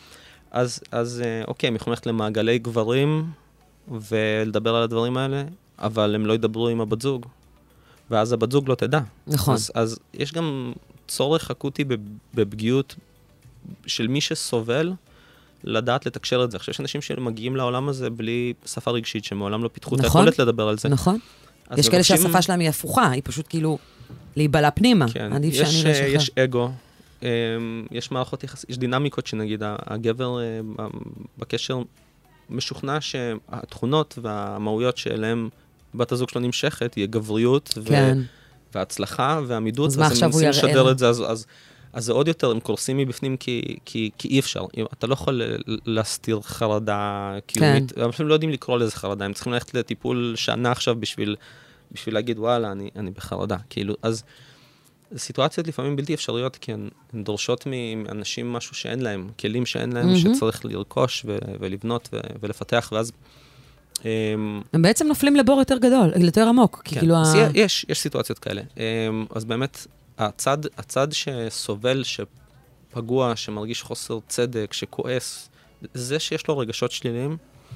אז אוקיי, הם יכולים ללכת למעגלי גברים, ולדבר על הדברים האלה, אבל הם לא ידברו עם הבת זוג, ואז הבת זוג לא תדע. נכון. אז, אז יש גם צורך אקוטי בפגיעות של מי שסובל, לדעת לתקשר את זה. עכשיו, יש אנשים שמגיעים לעולם הזה בלי שפה רגשית, שמעולם לא פיתחו נכון, את היכולת לדבר על זה. נכון. יש כאלה שהשפה שלהם היא הפוכה, היא פשוט כאילו להיבלע פנימה. כן, יש, לא יש אגו, יש מערכות יחס, יש דינמיקות שנגיד, הגבר בקשר משוכנע שהתכונות והמהויות שאליהם בת הזוג שלו נמשכת, יהיה גבריות כן. ו- והצלחה והעמידות, אז, אז הם מנסים לשדר את זה, אז, אז, אז זה עוד יותר, הם קורסים מבפנים כי, כי, כי אי אפשר. אתה לא יכול להסתיר חרדה קיומית, כן. הם לא יודעים לקרוא לזה חרדה, הם צריכים ללכת לטיפול שנה עכשיו בשביל, בשביל להגיד, וואלה, אני, אני בחרדה. כאילו, אז סיטואציות לפעמים בלתי אפשריות, כי הן דורשות מאנשים משהו שאין להם, כלים שאין להם, mm-hmm. שצריך לרכוש ו- ולבנות ו- ולפתח, ואז... הם בעצם נופלים לבור יותר גדול, יותר עמוק. כן, כאילו אז ה... יש, יש סיטואציות כאלה. אז באמת, הצד, הצד שסובל, שפגוע, שמרגיש חוסר צדק, שכועס, זה שיש לו רגשות שליליים,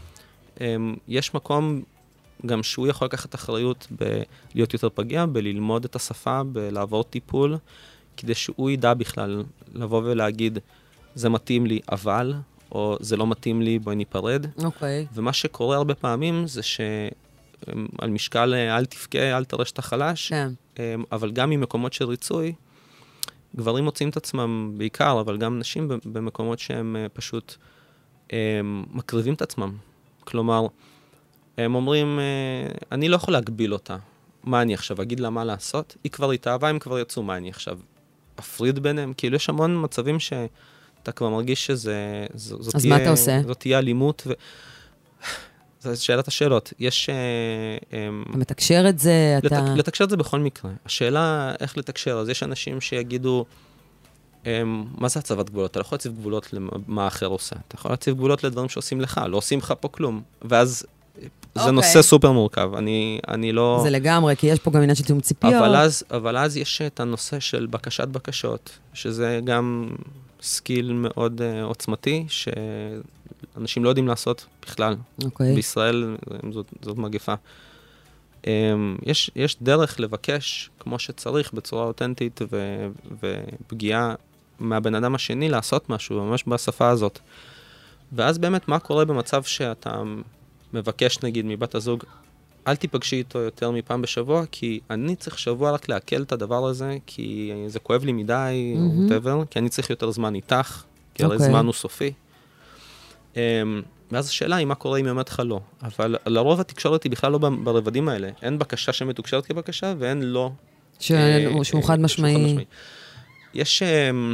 יש מקום... גם שהוא יכול לקחת אחריות בלהיות יותר פגיע, בללמוד את השפה, בלעבור טיפול, כדי שהוא ידע בכלל לבוא ולהגיד, זה מתאים לי, אבל, או זה לא מתאים לי, בואי ניפרד. אוקיי. ומה שקורה הרבה פעמים זה שעל משקל אל תפקע, אל תרש את החלש, כן. אבל גם ממקומות של ריצוי, גברים מוצאים את עצמם בעיקר, אבל גם נשים במקומות שהם פשוט מקריבים את עצמם. כלומר, הם אומרים, אני לא יכול להגביל אותה. מה אני עכשיו? אגיד לה מה לעשות? היא כבר התאהבה, הם כבר יצאו. מה אני עכשיו? אפריד ביניהם? כאילו יש המון מצבים ש... אתה כבר מרגיש שזה... זאת אז תהיה, מה אתה עושה? זאת תהיה אלימות ו... זו שאלת השאלות. יש... אתה מתקשר את זה, לת... אתה... לתקשר את זה בכל מקרה. השאלה איך לתקשר, אז יש אנשים שיגידו, מה זה הצבת גבולות? אתה לא יכול להציב גבולות למה אחר עושה. אתה יכול להציב גבולות לדברים שעושים לך, לא עושים לך פה כלום. ואז זה נושא סופר מורכב. אני, אני לא... זה לגמרי, כי יש פה גם עניין של תיאום ציפיות. אבל אז, אבל אז יש את הנושא של בקשת בקשות, שזה גם סקיל מאוד uh, עוצמתי, שאנשים לא יודעים לעשות בכלל. אוקיי. בישראל זאת, זאת מגפה. Um, יש, יש דרך לבקש, כמו שצריך, בצורה אותנטית ו, ופגיעה מהבן אדם השני, לעשות משהו, ממש בשפה הזאת. ואז באמת, מה קורה במצב שאתה מבקש, נגיד, מבת הזוג, אל תיפגשי איתו יותר מפעם בשבוע, כי אני צריך שבוע רק להקל את הדבר הזה, כי זה כואב לי מדי, או whatever, כי אני צריך יותר זמן איתך, כי הרי זמן הוא סופי. Um, ואז השאלה היא מה קורה אם היא אומרת לך לא. אבל לרוב התקשורת היא בכלל לא ברבדים האלה. אין בקשה שמתוקשרת כבקשה, ואין לא. שהוא חד משמעי. יש,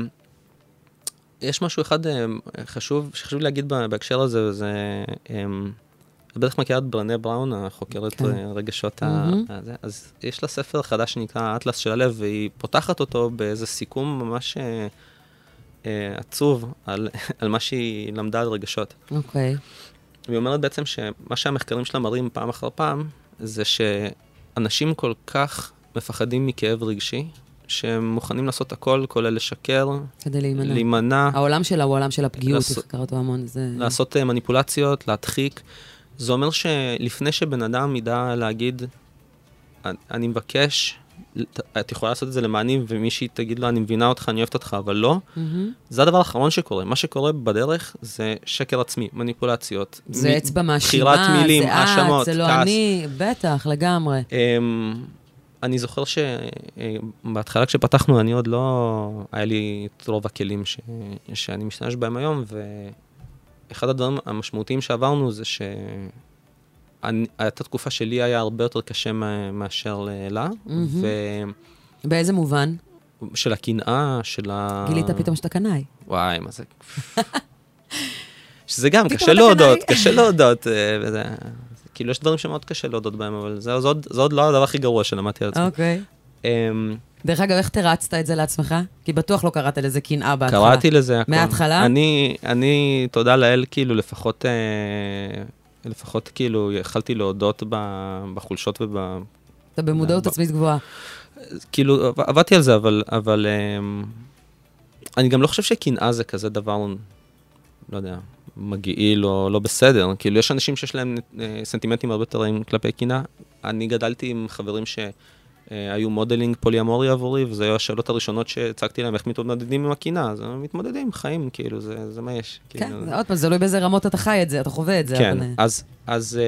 יש משהו אחד חשוב, שחשוב להגיד בהקשר הזה, זה, בטח מכירה את ברנה בראון, החוקרת רגשות, אז יש לה ספר חדש שנקרא אטלס של הלב, והיא פותחת אותו באיזה סיכום ממש עצוב על, על מה שהיא למדה על רגשות. אוקיי. והיא אומרת בעצם שמה שהמחקרים שלה מראים פעם אחר פעם, זה שאנשים כל כך מפחדים מכאב רגשי, שהם מוכנים לעשות הכל, כולל לשקר, כדי להימנע. להימנע. העולם שלה הוא העולם של הפגיעות, תחקר אותו המון. זה... לעשות מניפולציות, להדחיק. זה אומר שלפני שבן אדם ידע להגיד, אני מבקש, את יכולה לעשות את זה למענים, ומישהי תגיד לו, אני מבינה אותך, אני אוהבת אותך, אבל לא. Mm-hmm. זה הדבר האחרון שקורה. מה שקורה בדרך זה שקר עצמי, מניפולציות. זה אצבע מאשימה, בחירת מילים, זה האשמות, את, זה לא כעס. אני, בטח, לגמרי. אני זוכר שבהתחלה כשפתחנו, אני עוד לא... היה לי את רוב הכלים ש... שאני משתמש בהם היום, ואחד הדברים המשמעותיים שעברנו זה ש... הייתה תקופה שלי היה הרבה יותר קשה מאשר לה, ו... באיזה מובן? של הקנאה, של ה... גילית פתאום שאתה קנאי. וואי, מה זה... שזה גם קשה להודות, קשה להודות, וזה... כאילו יש דברים שמאוד קשה להודות בהם, אבל זה עוד לא הדבר הכי גרוע שלמדתי על עצמי. אוקיי. דרך אגב, איך תרצת את זה לעצמך? כי בטוח לא קראת לזה קנאה בהתחלה. קראתי לזה הכל. מההתחלה? אני, תודה לאל, כאילו, לפחות... לפחות כאילו, יכלתי להודות בחולשות וב... אתה במודעות עצמית גבוהה. כאילו, עבדתי על זה, אבל, אבל אני גם לא חושב שקנאה זה כזה דבר, לא יודע, מגעיל או לא בסדר. כאילו, יש אנשים שיש להם סנטימנטים הרבה יותר רעים כלפי קנאה. אני גדלתי עם חברים שהיו מודלינג פוליאמורי עבורי, וזה היו השאלות הראשונות שהצגתי להם, איך מתמודדים עם הקנאה. אז הם מתמודדים עם חיים, כאילו, זה, זה מה יש. כן, כאילו... עוד פעם, זה לא באיזה רמות אתה חי את זה, אתה חווה את זה. כן, אבל... אז, אז,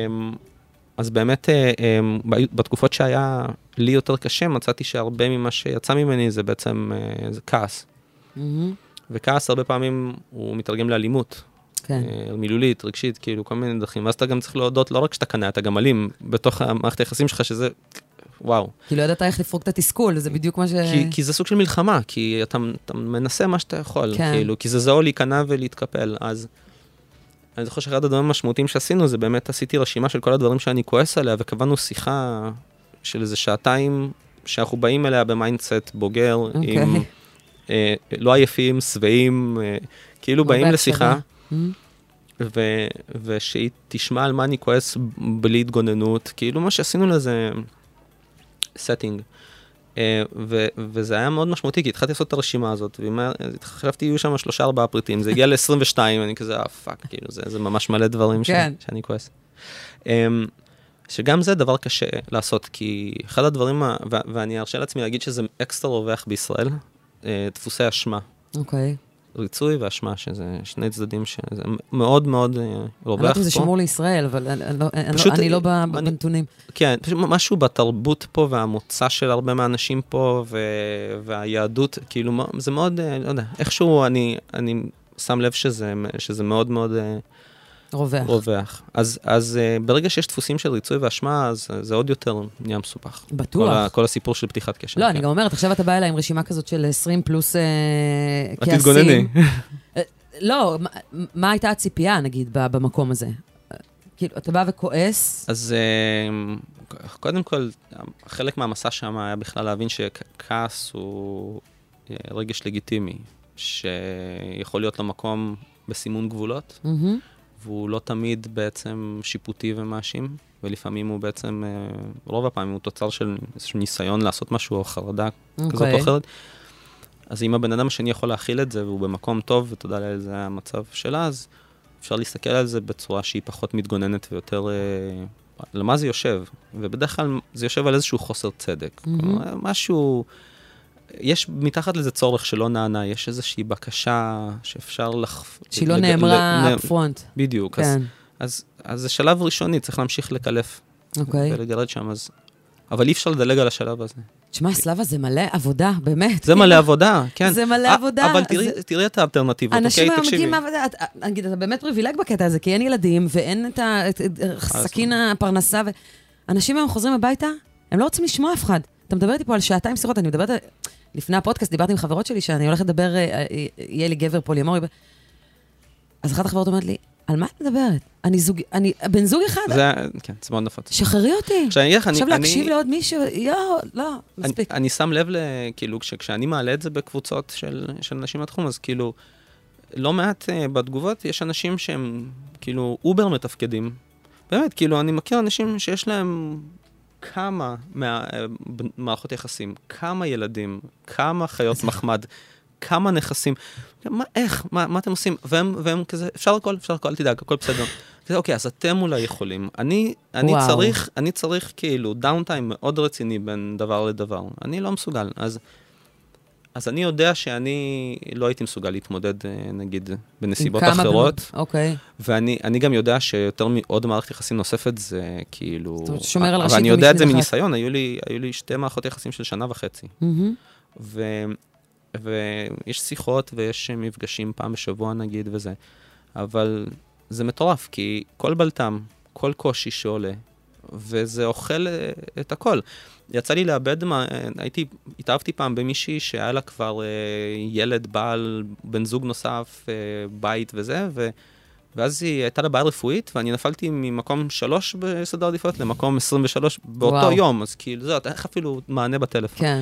אז באמת, בתקופות שהיה לי יותר קשה, מצאתי שהרבה ממה שיצא ממני זה בעצם, זה כעס. Mm-hmm. וכעס הרבה פעמים הוא מתרגם לאלימות. כן. מילולית, רגשית, כאילו, כל מיני דרכים. ואז אתה גם צריך להודות, לא רק שאתה קנה, אתה גם אלים בתוך המערכת היחסים שלך, שזה, וואו. כי לא ידעת איך לפרוק את התסכול, זה בדיוק מה ש... כי, כי זה סוג של מלחמה, כי אתה, אתה מנסה מה שאתה יכול, כן. כאילו, כי זה זהו להיכנע ולהתקפל. אז אני זוכר שאחד הדברים המשמעותיים שעשינו, זה באמת עשיתי רשימה של כל הדברים שאני כועס עליה, וקבענו שיחה של איזה שעתיים, שאנחנו באים אליה במיינדסט בוגר, okay. עם אה, לא עייפים, שבעים, אה, כאילו באים לשיחה, mm-hmm. ו- ושהיא תשמע על מה אני כועס בלי התגוננות, כאילו מה שעשינו לזה setting. Uh, ו- וזה היה מאוד משמעותי, כי התחלתי לעשות את הרשימה הזאת, וחשבתי, יהיו שם שלושה ארבעה פריטים, זה הגיע ל-עשרים ושתיים, אני כזה, אה, פאק, כאילו, זה, זה ממש מלא דברים כן. ש- שאני כועס. Um, שגם זה דבר קשה לעשות, כי אחד הדברים, ה- ו- ואני ארשה לעצמי להגיד שזה אקסטרה רווח בישראל, uh, דפוסי אשמה. אוקיי. Okay. ריצוי ואשמה, שזה שני צדדים שזה מאוד מאוד רווח פה. אני לא זה שמור לישראל, אבל אני לא בנתונים. כן, משהו בתרבות פה, והמוצא של הרבה מהאנשים פה, והיהדות, כאילו, זה מאוד, לא יודע, איכשהו אני שם לב שזה מאוד מאוד רווח. רווח. אז, אז ברגע שיש דפוסים של ריצוי ואשמה, אז זה עוד יותר נהיה מסופח. בטוח. כל, ה, כל הסיפור של פתיחת קשר. לא, כן. אני גם אומרת, עכשיו אתה בא אליי עם רשימה כזאת של עשרים פלוס כעסים. את תתגונני. לא, מה, מה הייתה הציפייה, נגיד, במקום הזה? כאילו, אתה בא וכועס? אז קודם כל, חלק מהמסע שם היה בכלל להבין שכעס הוא רגש לגיטימי, שיכול להיות לו מקום בסימון גבולות, Mm-hmm. והוא לא תמיד בעצם שיפוטי ומאשים, ולפעמים הוא בעצם, רוב הפעמים הוא תוצר של איזשהו ניסיון לעשות משהו או חרדה okay. כזאת או אחרת. אז אם הבן אדם השני יכול להכיל את זה, והוא במקום טוב, ותודה לאל, זה המצב שלה, אז אפשר להסתכל על זה בצורה שהיא פחות מתגוננת ויותר... למה זה יושב? ובדרך כלל זה יושב על איזשהו חוסר צדק. Mm-hmm. משהו... יש מתחת לזה צורך שלא נענה, יש איזושהי בקשה שאפשר לחפ... שהיא לא נאמרה אפרונט. בדיוק. כן. אז, אז, אז זה שלב ראשוני, צריך להמשיך לקלף. אוקיי. ולגרד שם, אז... אבל אי אפשר לדלג על השלב הזה. תשמע, סלאבה, זה מלא עבודה, באמת. זה מלא עבודה, כן. זה מלא עבודה. אבל תראי את האלטרנטיבות, אוקיי? תקשיבי. אנשים מגיעים מהעבודה, נגיד, אתה באמת פריבילג בקטע הזה, כי אין ילדים, ואין את הסכין הפרנסה, אנשים היום חוזרים הביתה, הם לא רוצים לשמוע אף אחד. אתה מדבר איתי פה על שעתיים שיחות, אני מדברת, לפני הפודקאסט דיברתי עם חברות שלי, שאני הולכת לדבר, יהיה לי גבר פוליאמורי, אז אחת החברות אומרת לי, על מה את מדברת? אני זוג, אני, בן זוג אחד. זה, כן, זה מאוד נפוץ. שחררי אותי. עכשיו להקשיב אני, לעוד מישהו, יו, לא, מספיק. אני, אני שם לב, כאילו, כשאני מעלה את זה בקבוצות של, של אנשים מהתחום, אז כאילו, לא מעט uh, בתגובות, יש אנשים שהם, כאילו, אובר מתפקדים. באמת, כאילו, אני מכיר אנשים שיש להם כמה מה, מערכות יחסים, כמה ילדים, כמה חיות מחמד, כמה נכסים, מה, איך, מה, מה אתם עושים? והם, והם כזה, אפשר הכל, אפשר הכל, אל תדאג, הכל בסדר. אוקיי, אז אתם אולי יכולים. אני, אני צריך, אני צריך כאילו דאונטיים מאוד רציני בין דבר לדבר. אני לא מסוגל. אז, אז אני יודע שאני לא הייתי מסוגל להתמודד, נגיד, בנסיבות אחרות. אוקיי. ואני, אני גם יודע שיותר מעוד מערכת יחסים נוספת זה כאילו... שומר על ראשית. אבל אני יודע את זה מניסיון. היו לי, היו לי שתי מערכות יחסים של שנה וחצי. ו... ויש שיחות ויש מפגשים פעם בשבוע נגיד וזה, אבל זה מטורף, כי כל בלטם, כל קושי שעולה, וזה אוכל את הכל. יצא לי לאבד, הייתי, התאהבתי פעם במישהי שהיה לה כבר ילד, בעל, בן זוג נוסף, בית וזה, ו... ואז היא הייתה לה בעיה רפואית, ואני נפלתי ממקום שלוש בסדר עדיפות למקום עשרים ושלוש באותו וואו. יום, אז כאילו, זה, איך אפילו מענה בטלפון. כן.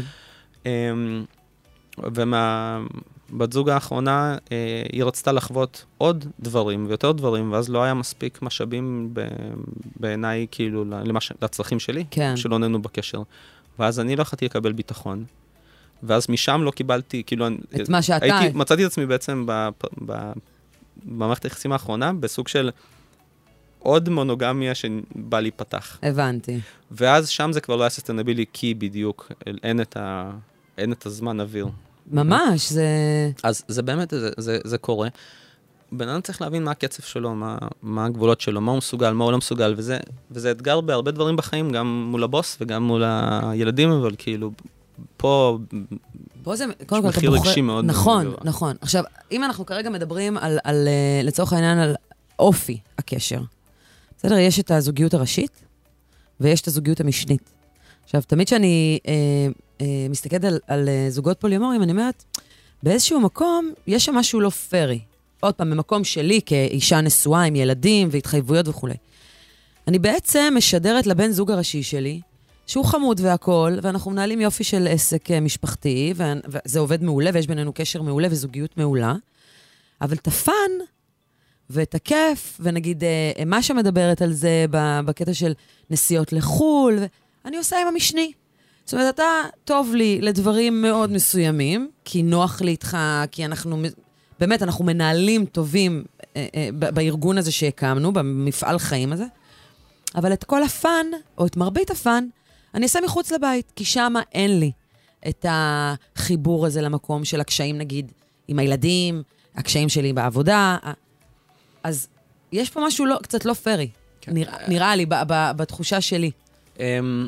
ומהבת זוג האחרונה, אה, היא רצתה לחוות עוד דברים ויותר דברים, ואז לא היה מספיק משאבים ב, בעיניי, כאילו, למש, לצרכים שלי, כן. שלא ננו בקשר. ואז אני לא יכולתי לקבל ביטחון. ואז משם לא קיבלתי, כאילו... את מה שאתה... הייתי, מצאתי את עצמי בעצם ב, ב, במערכת היחסים האחרונה, בסוג של עוד מונוגמיה שבא להיפתח. הבנתי. ואז שם זה כבר לא היה ססטנבילי, כי בדיוק אין את ה... אין את הזמן אוויר. ממש, זה... אז זה באמת, זה, זה, זה קורה. בן אדם צריך להבין מה הקצב שלו, מה, מה הגבולות שלו, מה הוא מסוגל, מה הוא לא מסוגל, וזה, וזה אתגר בהרבה דברים בחיים, גם מול הבוס וגם מול הילדים, אבל כאילו, פה... פה זה, קודם כל, מחיר רגשי מאוד. נכון, מאוד. נכון. עכשיו, אם אנחנו כרגע מדברים על, על, לצורך העניין, על אופי הקשר, בסדר, יש את הזוגיות הראשית, ויש את הזוגיות המשנית. עכשיו, תמיד שאני אה, אה, מסתכלת על, על זוגות פוליומוריים, אני אומרת, באיזשהו מקום, יש שם משהו לא פרי. עוד פעם, במקום שלי, כאישה נשואה עם ילדים והתחייבויות וכו'. אני בעצם משדרת לבן זוג הראשי שלי, שהוא חמוד והכל, ואנחנו מנהלים יופי של עסק משפחתי, וזה עובד מעולה, ויש בינינו קשר מעולה וזוגיות מעולה. אבל את הפן ואת הכיף, ונגיד, מה שמדברת על זה בקטע של נסיעות לחול, אני עושה עם המשני. זאת אומרת, אתה טוב לי לדברים מאוד מסוימים, כי נוח לי איתך, כי אנחנו, באמת, אנחנו מנהלים טובים אה, אה, בארגון הזה שהקמנו, במפעל חיים הזה, אבל את כל הפן, או את מרבית הפן, אני אעשה מחוץ לבית, כי שמה אין לי את החיבור הזה למקום של הקשיים, נגיד, עם הילדים, הקשיים שלי בעבודה. אז יש פה משהו לא, קצת לא פרי, כן. נראה, נראה לי, ב, ב, בתחושה שלי. הם...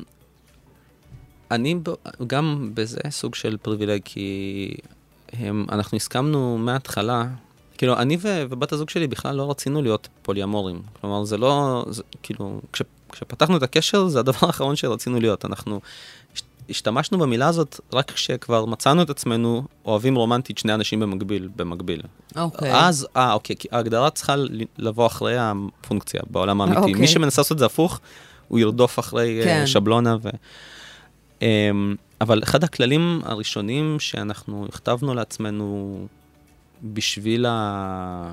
אני גם בזה סוג של פריבילג, כי הם, אנחנו הסכמנו מההתחלה כאילו, אני ו- ובת הזוג שלי בכלל לא רצינו להיות פוליאמורים. כלומר, זה לא, זה, כאילו, כש, כשפתחנו את הקשר, זה הדבר האחרון שרצינו להיות. אנחנו השתמשנו במילה הזאת רק כשכבר מצאנו את עצמנו אוהבים רומנטית שני אנשים במקביל, במקביל. אוקיי. אז, אה, אוקיי, כי ההגדרה צריכה לבוא אחרי הפונקציה בעולם האמיתי. אוקיי. מי שמנסה לעשות את זה הפוך, הוא ירדוף אחרי כן. שבלונה ו... אבל אחד הכללים הראשונים שאנחנו הכתבנו לעצמנו בשביל ה...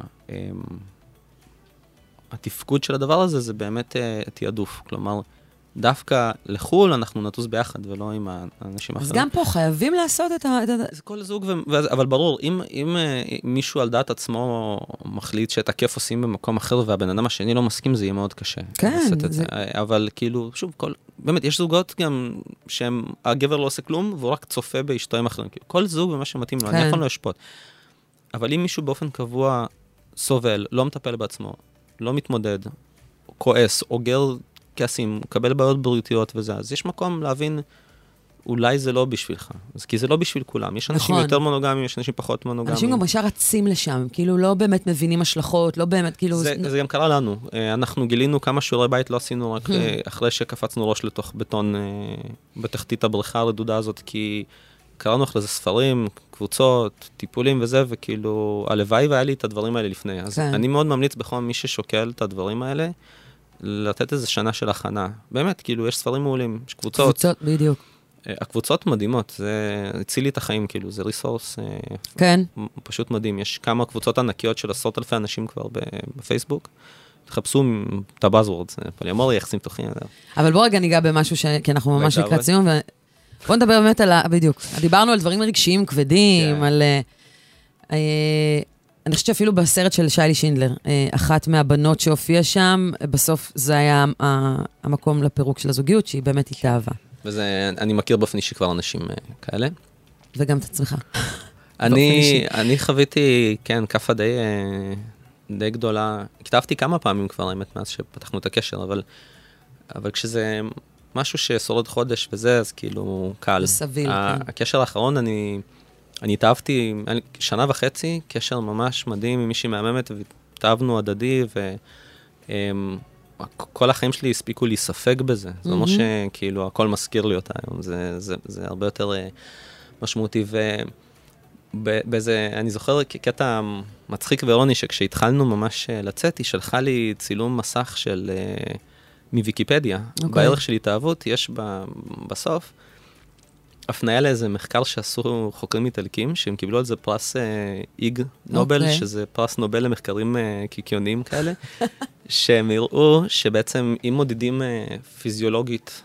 התפקוד של הדבר הזה, זה באמת תיעדוף. כלומר, דווקא לחול אנחנו נטוס ביחד, ולא עם האנשים אחרים. אז גם פה חייבים לעשות את ה... זה כל זוג, ו... אבל ברור, אם, אם מישהו על דעת עצמו מחליט שאת הכיף עושים במקום אחר, והבן אדם השני לא מסכים, זה יהיה מאוד קשה. כן. זה... אבל כאילו, שוב, כל... באמת, יש זוגות גם שהם, הגבר לא עושה כלום, והוא רק צופה באשתו עם אחרים. כל זוג ומה שמתאים לו, כן. אני אף פעם לא אשפוט. אבל אם מישהו באופן קבוע סובל, לא מטפל בעצמו, לא מתמודד, כועס, אוגר כעסים, מקבל בעיות בריאותיות וזה, אז יש מקום להבין, אולי זה לא בשבילך. אז כי זה לא בשביל כולם. יש אנשים נכון. יותר מונוגמים, יש אנשים פחות מונוגמים. אנשים גם ישר רצים לשם, כאילו לא באמת מבינים השלכות, לא באמת, כאילו... זה, זה גם קרה לנו. אנחנו גילינו כמה שיעורי בית לא עשינו רק אחרי שקפצנו ראש לתוך בטון בתחתית הבריכה הרדודה הזאת, כי קראנו אחרי זה ספרים, קבוצות, טיפולים וזה, וכאילו, הלוואי והיה לי את הדברים האלה לפני. אז כן. אני מאוד ממליץ בכל מי ששוקל את הדברים האלה, לתת איזה שנה של הכנה. באמת, כאילו, יש ספרים מעולים, יש קבוצות. קבוצות, בדיוק. הקבוצות מדהימות, זה הציל לי את החיים, כאילו, זה ריסורס כן. פשוט מדהים. יש כמה קבוצות ענקיות של עשרות אלפי אנשים כבר בפייסבוק. תחפשו את הבאזוורדס, פוליאמוריה, יחסים פתוחים. אבל בוא רגע ניגע במשהו, ש... כי אנחנו ממש לקראת סיום, ובוא נדבר באמת על ה... בדיוק. דיברנו על דברים רגשיים כבדים, כן. על... אה, אני חושבת שאפילו בסרט של שיילי שינדלר, אחת מהבנות שהופיעה שם, בסוף זה היה המקום לפירוק של הזוגיות, שהיא באמת התאהבה. וזה, אני מכיר באופן אישי כבר אנשים כאלה. וגם את עצמך. אני, אני חוויתי, כן, כפה די, די גדולה. כתבתי כמה פעמים כבר, האמת, מאז שפתחנו את הקשר, אבל, אבל כשזה משהו ששורד חודש וזה, אז כאילו קל. סביל, ה- כן. הקשר האחרון, אני, אני התאהבתי, שנה וחצי, קשר ממש מדהים עם מישהי מהממת, והתאהבנו הדדי, ו... כל החיים שלי הספיקו להיספק בזה. זה אומר שכאילו הכל מזכיר לי אותה היום. זה, זה, זה הרבה יותר משמעותי. ובאיזה, אני זוכר קטע מצחיק ואירוני, שכשהתחלנו ממש לצאת, היא שלחה לי צילום מסך של, מוויקיפדיה. Okay. בערך של התאהבות, יש ב, בסוף, הפניה לאיזה מחקר שעשו חוקרים איטלקים, שהם קיבלו על זה פרס איג נובל, okay. שזה פרס נובל למחקרים קיקיוניים כאלה, שהם הראו שבעצם אם מודדים פיזיולוגית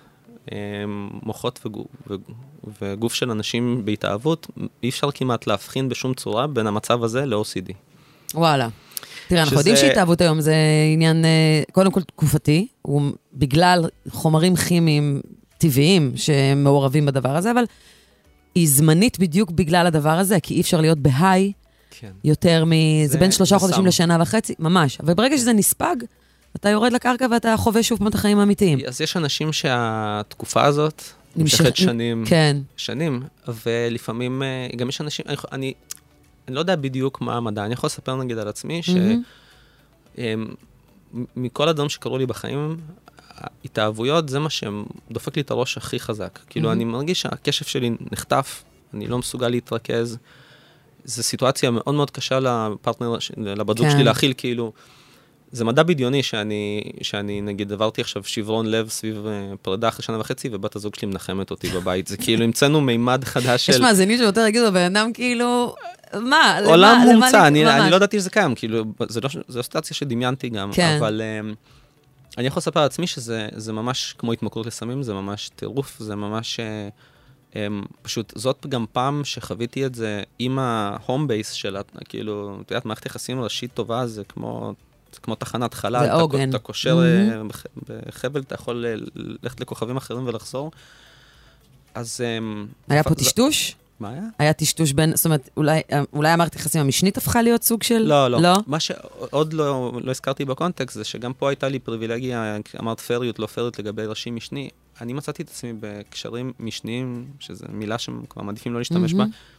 מוחות וגוף, וגוף של אנשים בהתאהבות, אי אפשר כמעט להבחין בשום צורה בין המצב הזה ל-או סי די. וואלה. תראה, אנחנו יודעים שהתאהבות היום זה עניין, קודם כל תקופתי, הוא בגלל חומרים כימיים טבעיים שמעורבים בדבר הזה, אבל היא זמנית בדיוק בגלל הדבר הזה, כי אי אפשר להיות בהיי כן. יותר מ... זה, זה בין שלושה זה חודשים שם. לשנה וחצי, ממש. וברגע שזה נספג, אתה יורד לקרקע ואתה חווה שוב פעם את החיים האמיתיים. אז יש אנשים שהתקופה הזאת נמשכת שנים, כן. שנים, ולפעמים גם יש אנשים, אני, אני, אני לא יודע בדיוק מה המדע, אני יכול לספר נגיד על עצמי, mm-hmm. שמכל הדברים שקרו לי בחיים, התאהבויות זה מה שדופק לי את הראש הכי חזק. כאילו, mm-hmm. אני מרגיש שהקשב שלי נחטף, אני לא מסוגל להתרכז, זו סיטואציה מאוד מאוד קשה לפרטנר, לבת זוג שלי להכיל, כאילו, זה מדע בדיוני שאני, שאני נגיד, עברתי עכשיו שברון לב סביב פרידה אחרי שנה וחצי, ובת הזוג שלי מנחמת אותי בבית. זה כאילו, המצאנו מימד חדש של... יש מאזינים שיותר יגידו, בן אדם כאילו, מה? עולם מומצא, אני, אני לא ידעתי שזה קיים, כאילו, זה לא, זו סיטואציה שדמיינתי גם, כן. אבל אני יכול לספר על עצמי שזה, זה ממש כמו התמכרות לסמים, זה ממש טירוף, זה ממש... פשוט, זאת גם פעם שחוויתי את זה עם ההום בייס של, כאילו, אתה יודעת, מערכת יחסים ראשית טובה, זה כמו, זה כמו תחנת חלל, זה עוגן. אתה קושר בחבל, אתה יכול ללכת לכוכבים אחרים ולחזור. אז... היה פה טשטוש? מה היה? היה טשטוש בין, זאת אומרת, אולי, אולי המערכת יחסים המשנית הפכה להיות סוג של... לא, לא. לא? מה שעוד לא, לא הזכרתי בקונטקסט, זה שגם פה הייתה לי פריבילגיה, אמרת פריות, לא פריות לגבי ראשי משני. אני מצאתי את עצמי בקשרים משניים, שזו מילה שכבר מעדיפים לא להשתמש בה,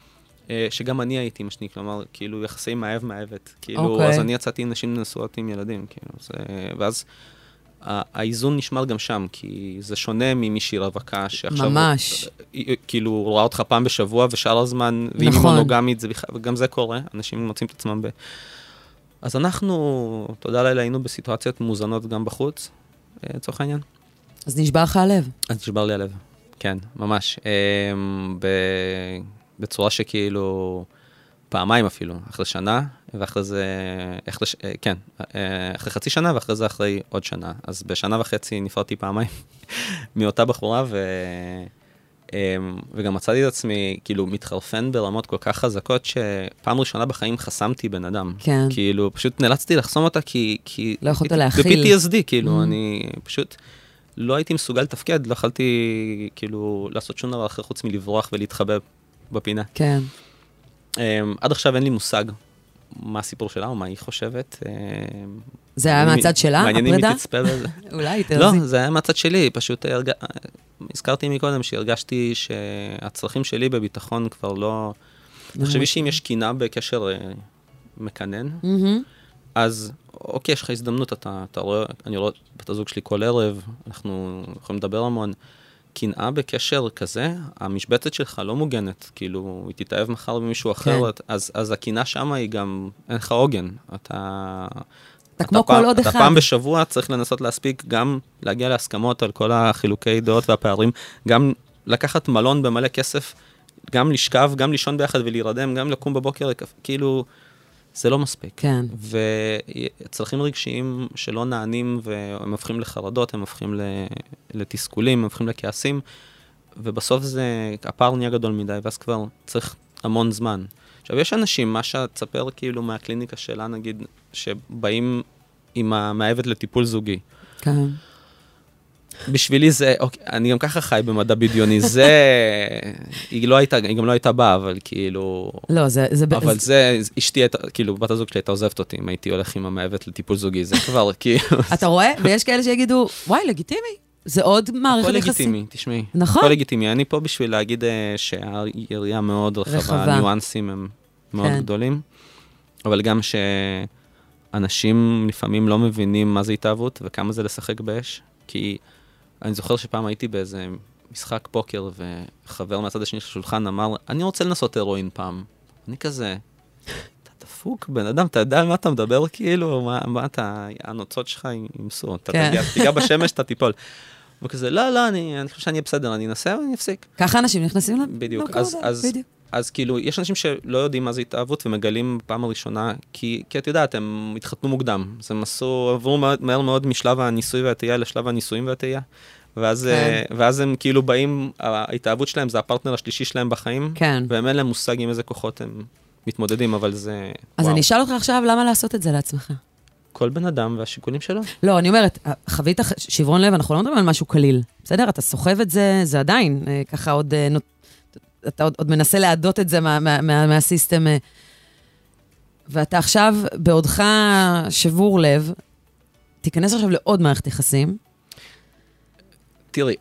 שגם אני הייתי משני, כלומר, כאילו, יחסי מאהב מאהבת. כאילו, אז אני יצאתי עם נשים נשואות עם ילדים, כאילו, ואז האיזון נשמר גם שם, כי זה שונה ממישהי רווקה, שעכשיו... ממש. כאילו, הוא רואה אותך פעם בשבוע, ושאר הזמן, ואם היא מונוגמית, וגם זה קורה, אנשים מוצאים את עצמם ב... אז אנחנו, תודה לילה, היינו בסיטואציות מוזנות גם בחוץ, לצורך העניין. אז נשבר לך הלב. אז נשבר לי הלב, כן, ממש. בצורה שכאילו, פעמיים אפילו, אחרי שנה, ואחרי זה, כן, אחרי חצי שנה, ואחרי זה אחרי עוד שנה. אז בשנה וחצי נפרדתי פעמיים מאותה בחורה, ו... וגם מצאתי את עצמי, כאילו, מתחרפן ברמות כל כך חזקות, שפעם ראשונה בחיים חסמתי בן אדם. כן. כאילו, פשוט נאלצתי לחסום אותה, כי... לא יכולת להכיל. ב-פי טי אס די, כאילו, אני פשוט לא הייתי מסוגל לתפקד, לא יכולתי, כאילו, לעשות שום דבר אחר חוץ מלברוח ולהתחבא בפינה. כן. עד עכשיו אין לי מושג מה הסיפור שלה, או מה היא חושבת. זה היה מהצד שלה, הפרידה? מעניינים מי תצפה בזה. אולי, תרזי. לא, זה היה מהצד שלי, פשוט הזכרתי מקודם שהרגשתי שהצרכים שלי בביטחון כבר לא... תחשבי שאם יש קינה בקשר מקנן, אז אוקיי, יש לך הזדמנות, אתה רואה, אני רואה בת הזוג שלי כל ערב, אנחנו יכולים לדבר המון, קנאה בקשר כזה, המשבצת שלך לא מוגנת, כאילו, היא תתאהב מחר במישהו אחר, אז, אז הקנאה שמה היא גם, אין לך עוגן, אתה... אתה כמו כל עוד אחד. אתה פעם בשבוע צריך לנסות להספיק גם להגיע להסכמות על כל החילוקי דעות והפערים, גם לקחת מלון במלא כסף, גם לשכב, גם לישון ביחד ולהירדם, גם לקום בבוקר, כאילו, זה לא מספיק. כן. וצרכים רגשיים שלא נענים, והם הופכים לחרדות, הם הופכים לתסכולים, הם הופכים לכעסים, ובסוף זה, הפער נהיה גדול מדי, ואז כבר צריך המון זמן. עכשיו, יש אנשים, מה שתספר כאילו מהקליניקה שלה, נגיד, שבאים עם המאהבת לטיפול זוגי. כן. בשבילי זה, אוקיי, אני גם ככה חי במדע בדיוני, זה, היא לא הייתה, היא גם לא הייתה באה, אבל כאילו... לא, זה... זה אבל זה, זה, אשתי, כאילו, בת הזוג שלי הייתה עוזבת אותי, אם הייתי הולך עם המאהבת לטיפול זוגי, זה כבר, כאילו... אתה רואה? ויש כאלה שיגידו, וואי, לגיטימי. זה עוד מערכת יחסים. הכל לגיטימי, תשמעי. נכון. הכל לגיטימי. אני פה בשביל להגיד שהיריעה מאוד רחבה, הניואנסים הם מאוד גדולים, אבל גם שאנשים לפעמים לא מבינים מה זה התאהבות וכמה זה לשחק באש, כי אני זוכר שפעם הייתי באיזה משחק פוקר, וחבר מהצד השני של השולחן אמר, אני רוצה לנסות הרואין פעם. אני כזה, אתה דפוק, בן אדם, אתה יודע על מה אתה מדבר כאילו, מה, מה אתה, הנוצות שלך ימסו, אתה תגיע, תיגע בשמש, אתה תיפול. וכזה, לא, לא, אני, אני חושב שאני אהיה בסדר, אני אנסה ואני אפסיק. ככה אנשים נכנסים לב? בדיוק, אז, אז, אז כאילו, יש אנשים שלא יודעים מה זה התאהבות, ומגלים פעם הראשונה, כי, כי את יודעת, הם התחתנו מוקדם. אז הם עשו, עברו מהר מאוד משלב הניסוי והתאייה לשלב הניסויים והתאייה. ואז, ואז הם כאילו באים, ההתאהבות שלהם זה הפרטנר השלישי שלהם בחיים, כן. והם אין להם מושג עם איזה כוחות הם מתמודדים, אבל זה... אז וואו. אני אשאל אותך עכשיו, למה לעשות את זה לעצמך? כל בן אדם והשיקולים שלו. לא, אני אומרת, חווית שברון לב, אנחנו לא מדברים על משהו קליל. בסדר? אתה סוחב את זה, זה עדיין, ככה עוד, אתה עוד, עוד מנסה לעדות את זה מה, מה, מה, מהסיסטם. ואתה עכשיו, בעודך שבור לב, תיכנס עכשיו לעוד מערכת יחסים. תראי,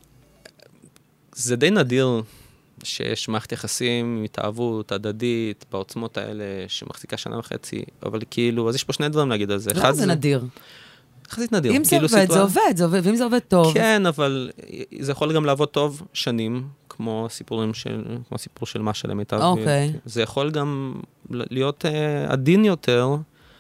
זה די נדיר שיש מערכת יחסים, התאהבות, הדדית, בעוצמות האלה, שמחזיקה שנה וחצי, אבל כאילו, אז יש פה שני דברים להגיד על זה. לא, זה נדיר. יחסית נדיר. אם זה עובד, זה עובד, זה עובד, ואם זה עובד טוב. כן, אבל זה יכול גם לעבוד טוב שנים, כמו סיפורים של, כמו הסיפור של מה שלהם הייתה. אוקיי. זה יכול גם להיות עדין יותר,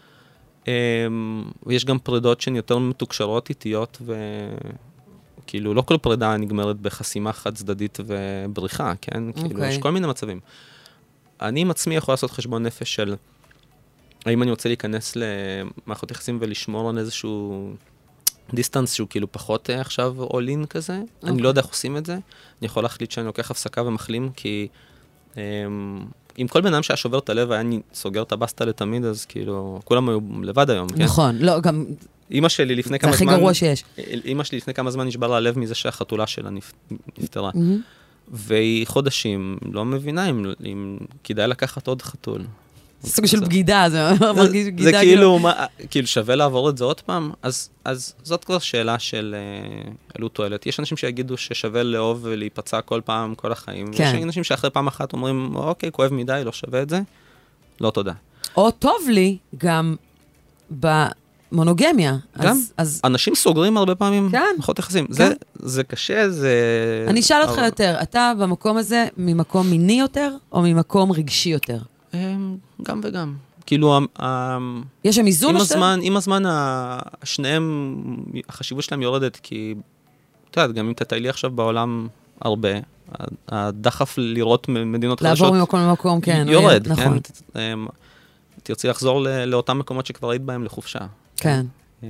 ויש גם פרידות שהן יותר מתוקשרות, איטיות, וכאילו, לא כל פרידה נגמרת בחסימה חד צדדית ובריחה, כן? כאילו, יש כל מיני מצבים. אני עם עצמי יכול לעשות חשבון נפש של האם אני רוצה להיכנס למערכות יחסים ולשמור על איזשהו דיסטנס שהוא כאילו פחות עכשיו אולין כזה. Okay. אני לא יודע איך עושים את זה. אני יכול להחליט שאני לוקח הפסקה ומחלים, כי אם כל בן אדם שהיה שובר את הלב, היה סוגר את הבסטה לתמיד, אז כאילו, כולם היו לבד היום, כן? נכון, לא, גם... אמא שלי לפני כמה זמן... זה הכי גרוע שיש. אמא שלי לפני כמה זמן נשבר לה הלב מזה שהחתולה שלה נפטרה. Mm-hmm. והיא חודשים לא מבינה אם, אם כדאי לקחת עוד חתול. סוג של בגידה, זה מרגיש בגידה. זה כאילו, כאילו שווה לעבור את זה עוד פעם, אז זאת כבר שאלה של עלות תועלת. יש אנשים שיגידו ששווה לאהוב ולהיפצע כל פעם, כל החיים, ויש אנשים שאחרי פעם אחת אומרים, אוקיי, כואב מדי, לא שווה את זה, לא תודה. או טוב לי גם במונוגמיה. גם, אנשים סוגרים הרבה פעמים, פחות יחסים. זה קשה, זה... אני אשאל אותך יותר, אתה במקום הזה ממקום מיני יותר, או ממקום רגשי יותר? גם וגם. כאילו, יש שם איזון או שאתה? עם הזמן, שניהם, החשיבות שלהם יורדת, כי, אתה יודע, גם אם תטיילי עכשיו בעולם הרבה, הדחף לראות מדינות חדשות... לעבור ממקום למקום, כן. יורד, כן. תרצי לחזור לאותם מקומות שכבר היית בהם לחופשה. כן.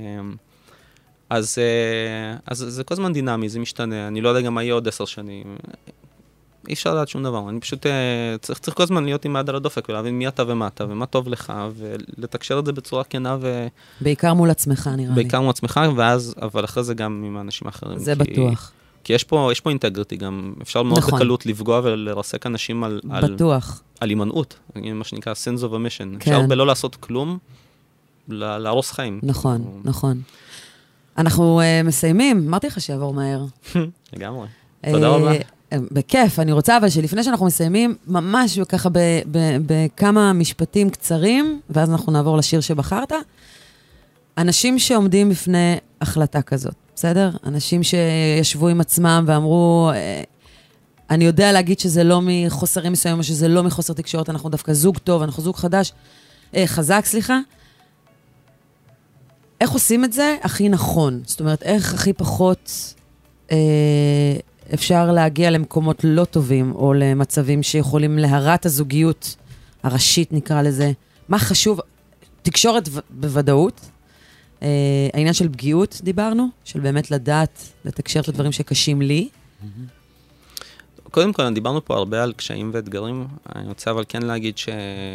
אז זה כל הזמן דינמי, זה משתנה. אני לא יודע גם מה יהיה עוד עשר שנים. אי אפשר לדעת שום דבר. אני פשוט צריך, צריך כל הזמן להיות עם היד על הדופק, ולהבין מי אתה ומה אתה, ומה טוב לך, ולתקשר את זה בצורה כנה ו... בעיקר מול עצמך, נראה לי. בעיקר מול עצמך, ואז, אבל אחרי זה גם עם האנשים האחרים. זה בטוח. כי יש פה, יש פה אינטגריטי גם. אפשר מאוד בקלות לפגוע ולרסק אנשים על... בטוח. על הימנעות. מה שנקרא sense of omission. אפשר בלא לעשות כלום, להרוס חיים. נכון, נכון. אנחנו מסיימים. אמרתי לך שיעבור מהר. לגמרי. תודה רבה. בכיף, אני רוצה אבל שלפני שאנחנו מסיימים, ממש ככה בכמה משפטים קצרים, ואז אנחנו נעבור לשיר שבחרת. אנשים שעומדים בפני החלטה כזאת, בסדר? אנשים שישבו עם עצמם ואמרו, אני יודע להגיד שזה לא מחוסרים מסוימים, או שזה לא מחוסר תקשורת, אנחנו דווקא זוג טוב, אנחנו זוג חדש, חזק, סליחה. איך עושים את זה? הכי נכון. זאת אומרת, איך הכי פחות... אפשר להגיע למקומות לא טובים, או למצבים שיכולים להרת הזוגיות הראשית, נקרא לזה. מה חשוב? תקשורת בוודאות. אה, העניין של פגיעות, דיברנו, של באמת לדעת, לתקשר את הדברים שקשים לי. קודם כל, דיברנו פה הרבה על קשיים ואתגרים. אני רוצה אבל כן להגיד ש...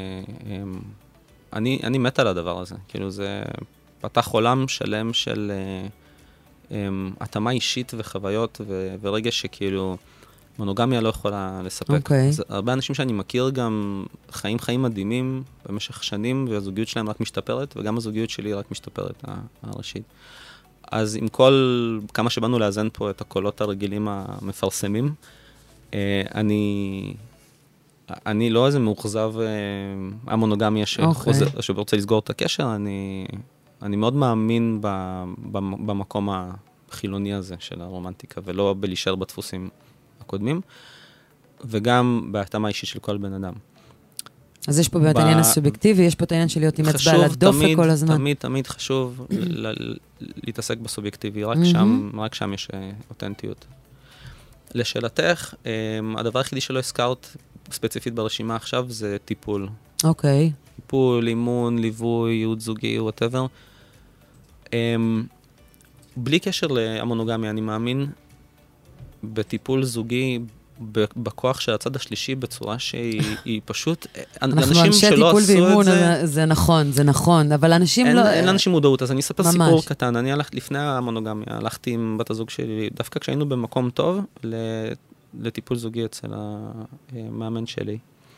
אני, אני מת על הדבר הזה. כאילו, זה פתח עולם שלם של... התאמה אישית וחוויות ו- ורגש שכאילו מונוגמיה לא יכולה לספק. Okay. אז הרבה אנשים שאני מכיר גם חיים חיים מדהימים במשך שנים, והזוגיות שלהם רק משתפרת, וגם הזוגיות שלי רק משתפרת, הראשית. אז עם כל, כמה שבאנו לאזן פה את הקולות הרגילים המפרסמים, אני, אני לא איזה מאוכזב המונוגמיה שחוזר, okay. שרוצה לסגור את הקשר, אני... אני מאוד מאמין במקום החילוני הזה של הרומנטיקה, ולא בלהישאר בדפוסים הקודמים, וגם בהתאמה אישית של כל בן אדם. אז יש פה באמת העניין הסובייקטיבי, יש פה את העניין של להיות עם אצבע על הדופק כל הזמן. תמיד, תמיד חשוב להתעסק בסובייקטיבי, רק שם, רק שם יש אותנטיות. לשאלתך, הדבר היחידי שלא הזכרת ספציפית ברשימה עכשיו, זה טיפול. אוקיי. טיפול, אימון, ליווי, ייעוץ זוגי, whatever. Um, בלי קשר להמונוגמיה, אני מאמין בטיפול זוגי, בכוח של הצד השלישי, בצורה שהיא פשוט... אנחנו אנשי טיפול ואימון, זה... זה נכון, זה נכון, אבל אנשים אין, לא... אין לאנשים מודעות, אז אני אספר ממש. סיפור קטן. אני הלכתי לפני המונוגמיה, הלכתי עם בת הזוג שלי, דווקא כשהיינו במקום טוב, לטיפול זוגי אצל המאמן שלי.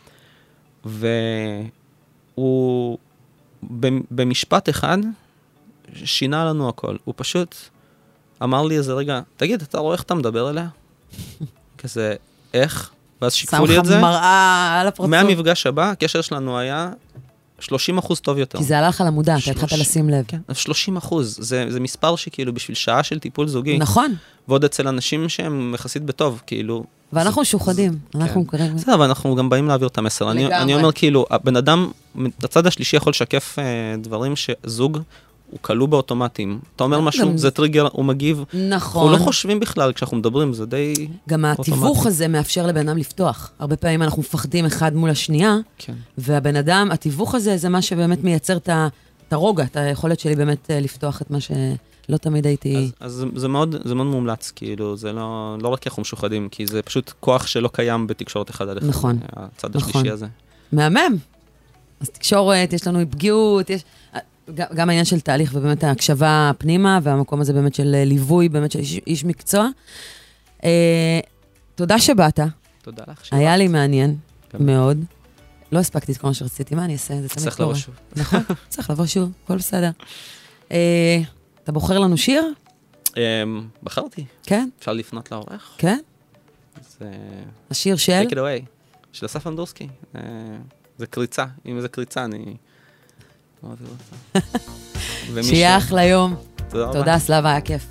והוא במשפט אחד שינה לנו הכל. הוא פשוט אמר לי איזה רגע, תגיד, אתה רואה איך אתה מדבר אליה? כזה, איך? ואז שיקפו לי את זה. שם לך מראה על הפרצוף. מהמפגש הבא, הקשר שלנו היה שלושים אחוז טוב יותר. כי זה הלך על המודע, אתה התחלת לשים לב. כן, שלושים אחוז. זה, זה מספר שכאילו בשביל שעה של טיפול זוגי. נכון. ועוד אצל אנשים שהם יחסית בטוב, כאילו... ואנחנו שוחדים, אנחנו קוראים... בסדר, אבל אנחנו גם באים להעביר את המסר. אני אומר כאילו, הבן אדם, הצד השלישי יכול לשקף דברים שזוג הוא כלוא באוטומטים. אתה אומר משהו, זה טריגר, הוא מגיב. נכון. אנחנו לא חושבים בכלל כשאנחנו מדברים, זה די אוטומטי. גם התיווך הזה מאפשר לבן אדם לפתוח. הרבה פעמים אנחנו מפחדים אחד מול השנייה, והבן אדם, התיווך הזה זה מה שבאמת מייצר את הרוגע, את היכולת שלי באמת לפתוח את מה שלא תמיד הייתי... אז זה מאוד מומלץ, כאילו, זה לא רק אנחנו משוחדים, כי זה פשוט כוח שלא קיים בתקשורת אחד על אחד. נכון. הצד השלישי הזה. מהמם. אז תקשורת, יש לנו פגיעות, יש... גם העניין של תהליך ובאמת ההקשבה פנימה, והמקום הזה באמת של ליווי, באמת של איש, איש מקצוע. אה, תודה שבאת. תודה לך. היה לי מעניין מאוד. לא הספקתי את כל מה שרציתי, מה אני אעשה? זה תמיד צריך לבוא שוב. נכון, צריך לבוא שוב, הכל בסדר. אתה בוחר לנו שיר? בחרתי. כן? אפשר לפנות לעורך? כן? השיר של? Take it away, של אסף אמדורסקי. זה קריצה, אם זה קריצה, אני... שיהיה אחלה יום. תודה רבה. תודה, סלאבה, היה כיף.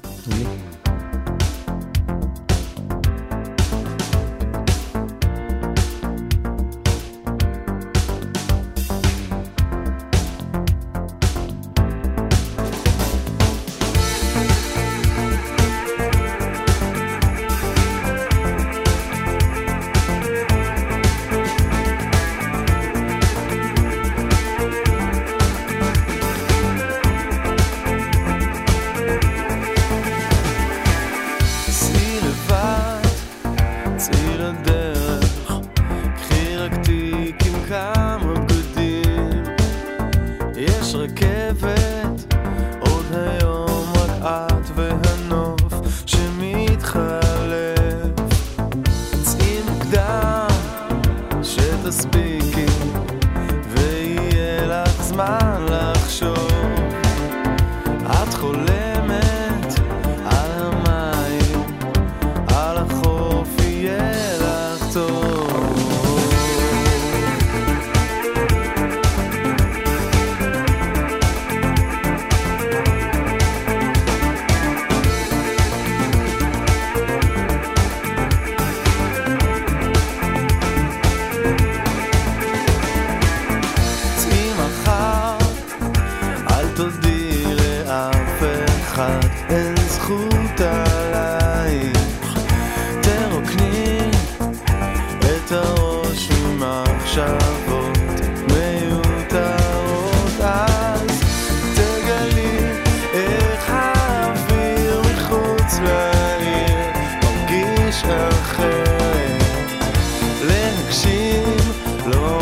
להגשים לא